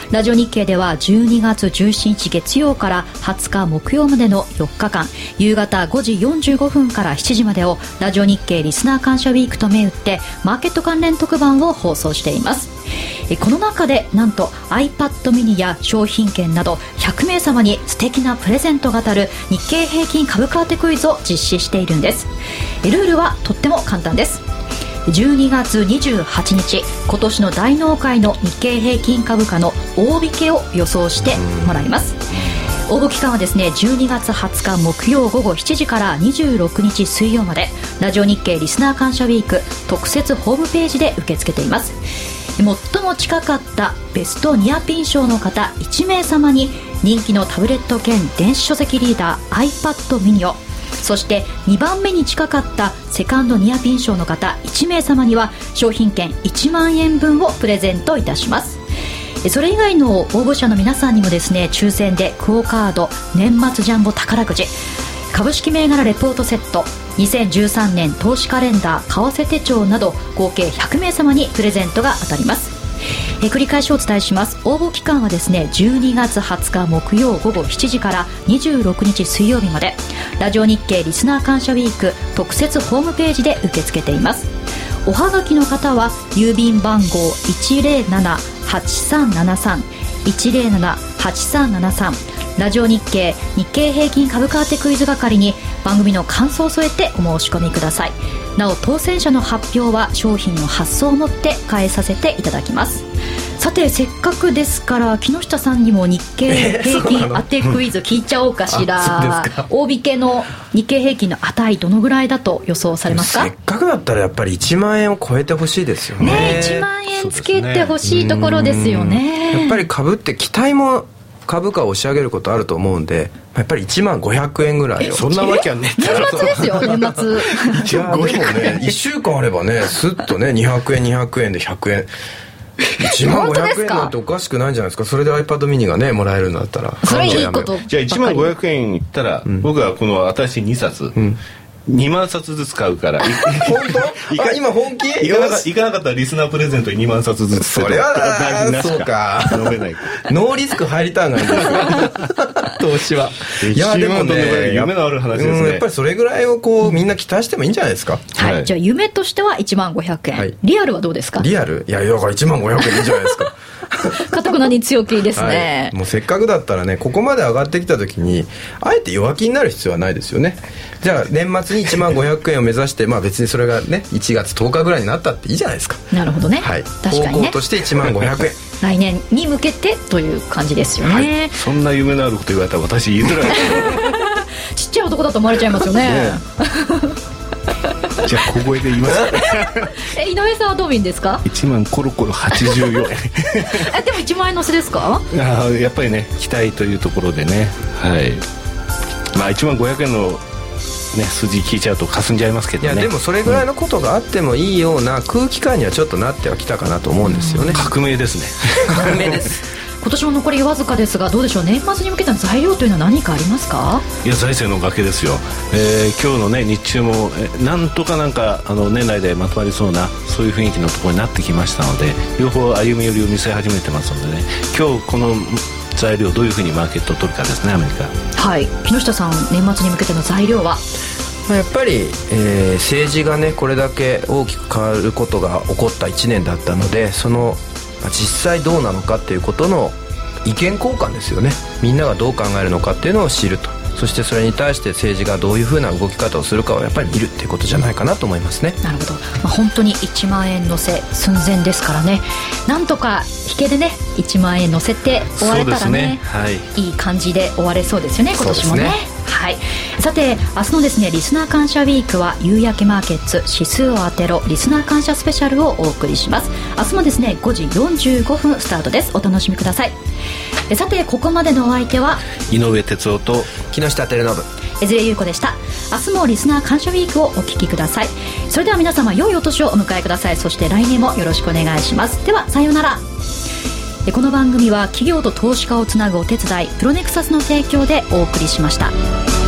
ラジオ日経ではじゅうにがつじゅうしちにち月曜からはつか木曜までのよっかかん、夕方ごじよんじゅうごふんからしちじまでをラジオ日経リスナー感謝ウィークと銘打ってマーケット関連特番を放送しています。この中でなんと iPad mini や商品券などひゃくめいさまに素敵なプレゼントが当たる日経平均株価当てクイズを実施しているんです。ルールはとっても簡単です。じゅうにがつにじゅうはちにち、今年の大納会の日経平均株価の大引けを予想してもらいます。応募期間はですねじゅうにがつはつか木曜ごごしちじからにじゅうろくにち水曜まで、ラジオ日経リスナー感謝ウィーク特設ホームページで受け付けています。最も近かったベストニアピン賞の方いちめいさまに人気のタブレット兼電子書籍リーダー iPad mini を、そしてにばんめに近かったセカンドニアピン賞の方いちめいさまには商品券いちまんえんぶんをプレゼントいたします。それ以外の応募者の皆さんにもですね、抽選でクオカード、年末ジャンボ宝くじ、株式銘柄レポートセット、にせんじゅうさんねん投資カレンダー、為替手帳など合計ひゃくめいさまにプレゼントが当たります。え繰り返しお伝えします。応募期間はですねじゅうにがつはつか木曜ごごしちじからにじゅうろくにち水曜日まで、ラジオ日経リスナー感謝ウィーク特設ホームページで受け付けています。おはがきの方は郵便番号 いちぜろななはちさんななさん いちぜろななはちさんななさん、ラジオ日経日経平均株価当てクイズ係に番組の感想を添えてお申し込みください。なお当選者の発表は商品の発送をもって返させていただきます。さてせっかくですから木下さんにも日経平均当てクイズ聞いちゃおうかしら。大引けの日経平均の値どのぐらいだと予想されますか？ せっかくだったらやっぱりいちまんえんを超えてほしいですよね。 ね、いちまんえんつけてほしいところですよね。 やっぱり株って期待も株価を押し上げることあると思うんで、やっぱりいちまんごひゃくえんぐらいを。 そんなわけはね年末ですよ年末。 いやでもねいっしゅうかんあればねスッとねにひゃくえんにひゃくえんでひゃくえんいちまんごひゃくえんなんておかしくないんじゃないですか。それで iPad mini がねもらえるんだったらそれいいこと。 じゃあいちまんごひゃくえんいったら、うん、僕はこの新しいにさつ、うんにまんさつずつ買うから本当あ今本気いかなかいかなかったらリスナープレゼントににまんさつずつそれはなそうか飲めないノーリスク入りたいないんですよ投資はいやでもね夢のある話ですね、 うん、やっぱりそれぐらいをこうみんな期待してもいいんじゃないですか。 はい、はい、じゃあ夢としてはいちまんごひゃくえん、はい、リアルはどうですか？ リアルいやだからいちまんごひゃくえんいいんじゃないですかかたくなに強気ですね、 はい、もうせっかくだったらねここまで上がってきた時にあえて弱気になる必要はないですよね。じゃあ年末にいちまんごひゃくえんを目指してまあ別にそれがねいちがつとおかぐらいになったっていいじゃないですか。 なるほどね、 はい、 確かにね方向としていちまんごひゃくえん来年に向けてという感じですよね、はい、 そんな夢のあること言われたら私言いづらいちっちゃい男だと思われちゃいますよねねじゃあ小声で言いますえ井上さんはどういうんですか？ いちまんコロコロはちじゅうよんえんえでもいちまんえん乗せですか？ あやっぱりね期待というところでね、はいまあいちまんごひゃくえんのね、数字聞いちゃうと霞んじゃいますけどね。 いやでもそれぐらいのことがあってもいいような空気感にはちょっとなってはきたかなと思うんですよね。 革命ですね革命です今年も残りわずかですがどうでしょう。年末に向けた材料というのは何かありますか？ いや財政の崖ですよ、えー、今日のね日中もえなんとかなんかあの年内でまとまりそうなそういう雰囲気のところになってきましたので両方歩み寄りを見せ始めてますのでね今日この材料どういうふうにマーケットを取るかですねアメリカ。 はい木下さん年末に向けての材料はやっぱり、えー、政治がねこれだけ大きく変わることが起こったいちねんだったのでその実際どうなのかっていうことの意見交換ですよね。みんながどう考えるのかっていうのを知るとそしてそれに対して政治がどういうふうな動き方をするかをやっぱり見るっていうことじゃないかなと思いますね。 なるほど、まあ、本当にいちまんえん乗せ寸前ですからねなんとか引けでねいちまんえん乗せて終われたら ね, ね、はい、いい感じで終われそうですよね今年も ね, ねはい、さて明日のですねリスナー感謝ウィークは夕焼けマーケッツ指数を当てろリスナー感謝スペシャルをお送りします。明日もですねごじよんじゅうごふんスタートです。お楽しみください。えさてここまでのお相手は井上哲夫と木下照信江連優子でした。明日もリスナー感謝ウィークをお聞きください。それでは皆様良いお年をお迎えください。そして来年もよろしくお願いします。ではさようなら。この番組は企業と投資家をつなぐお手伝いプロネクサスの提供でお送りしました。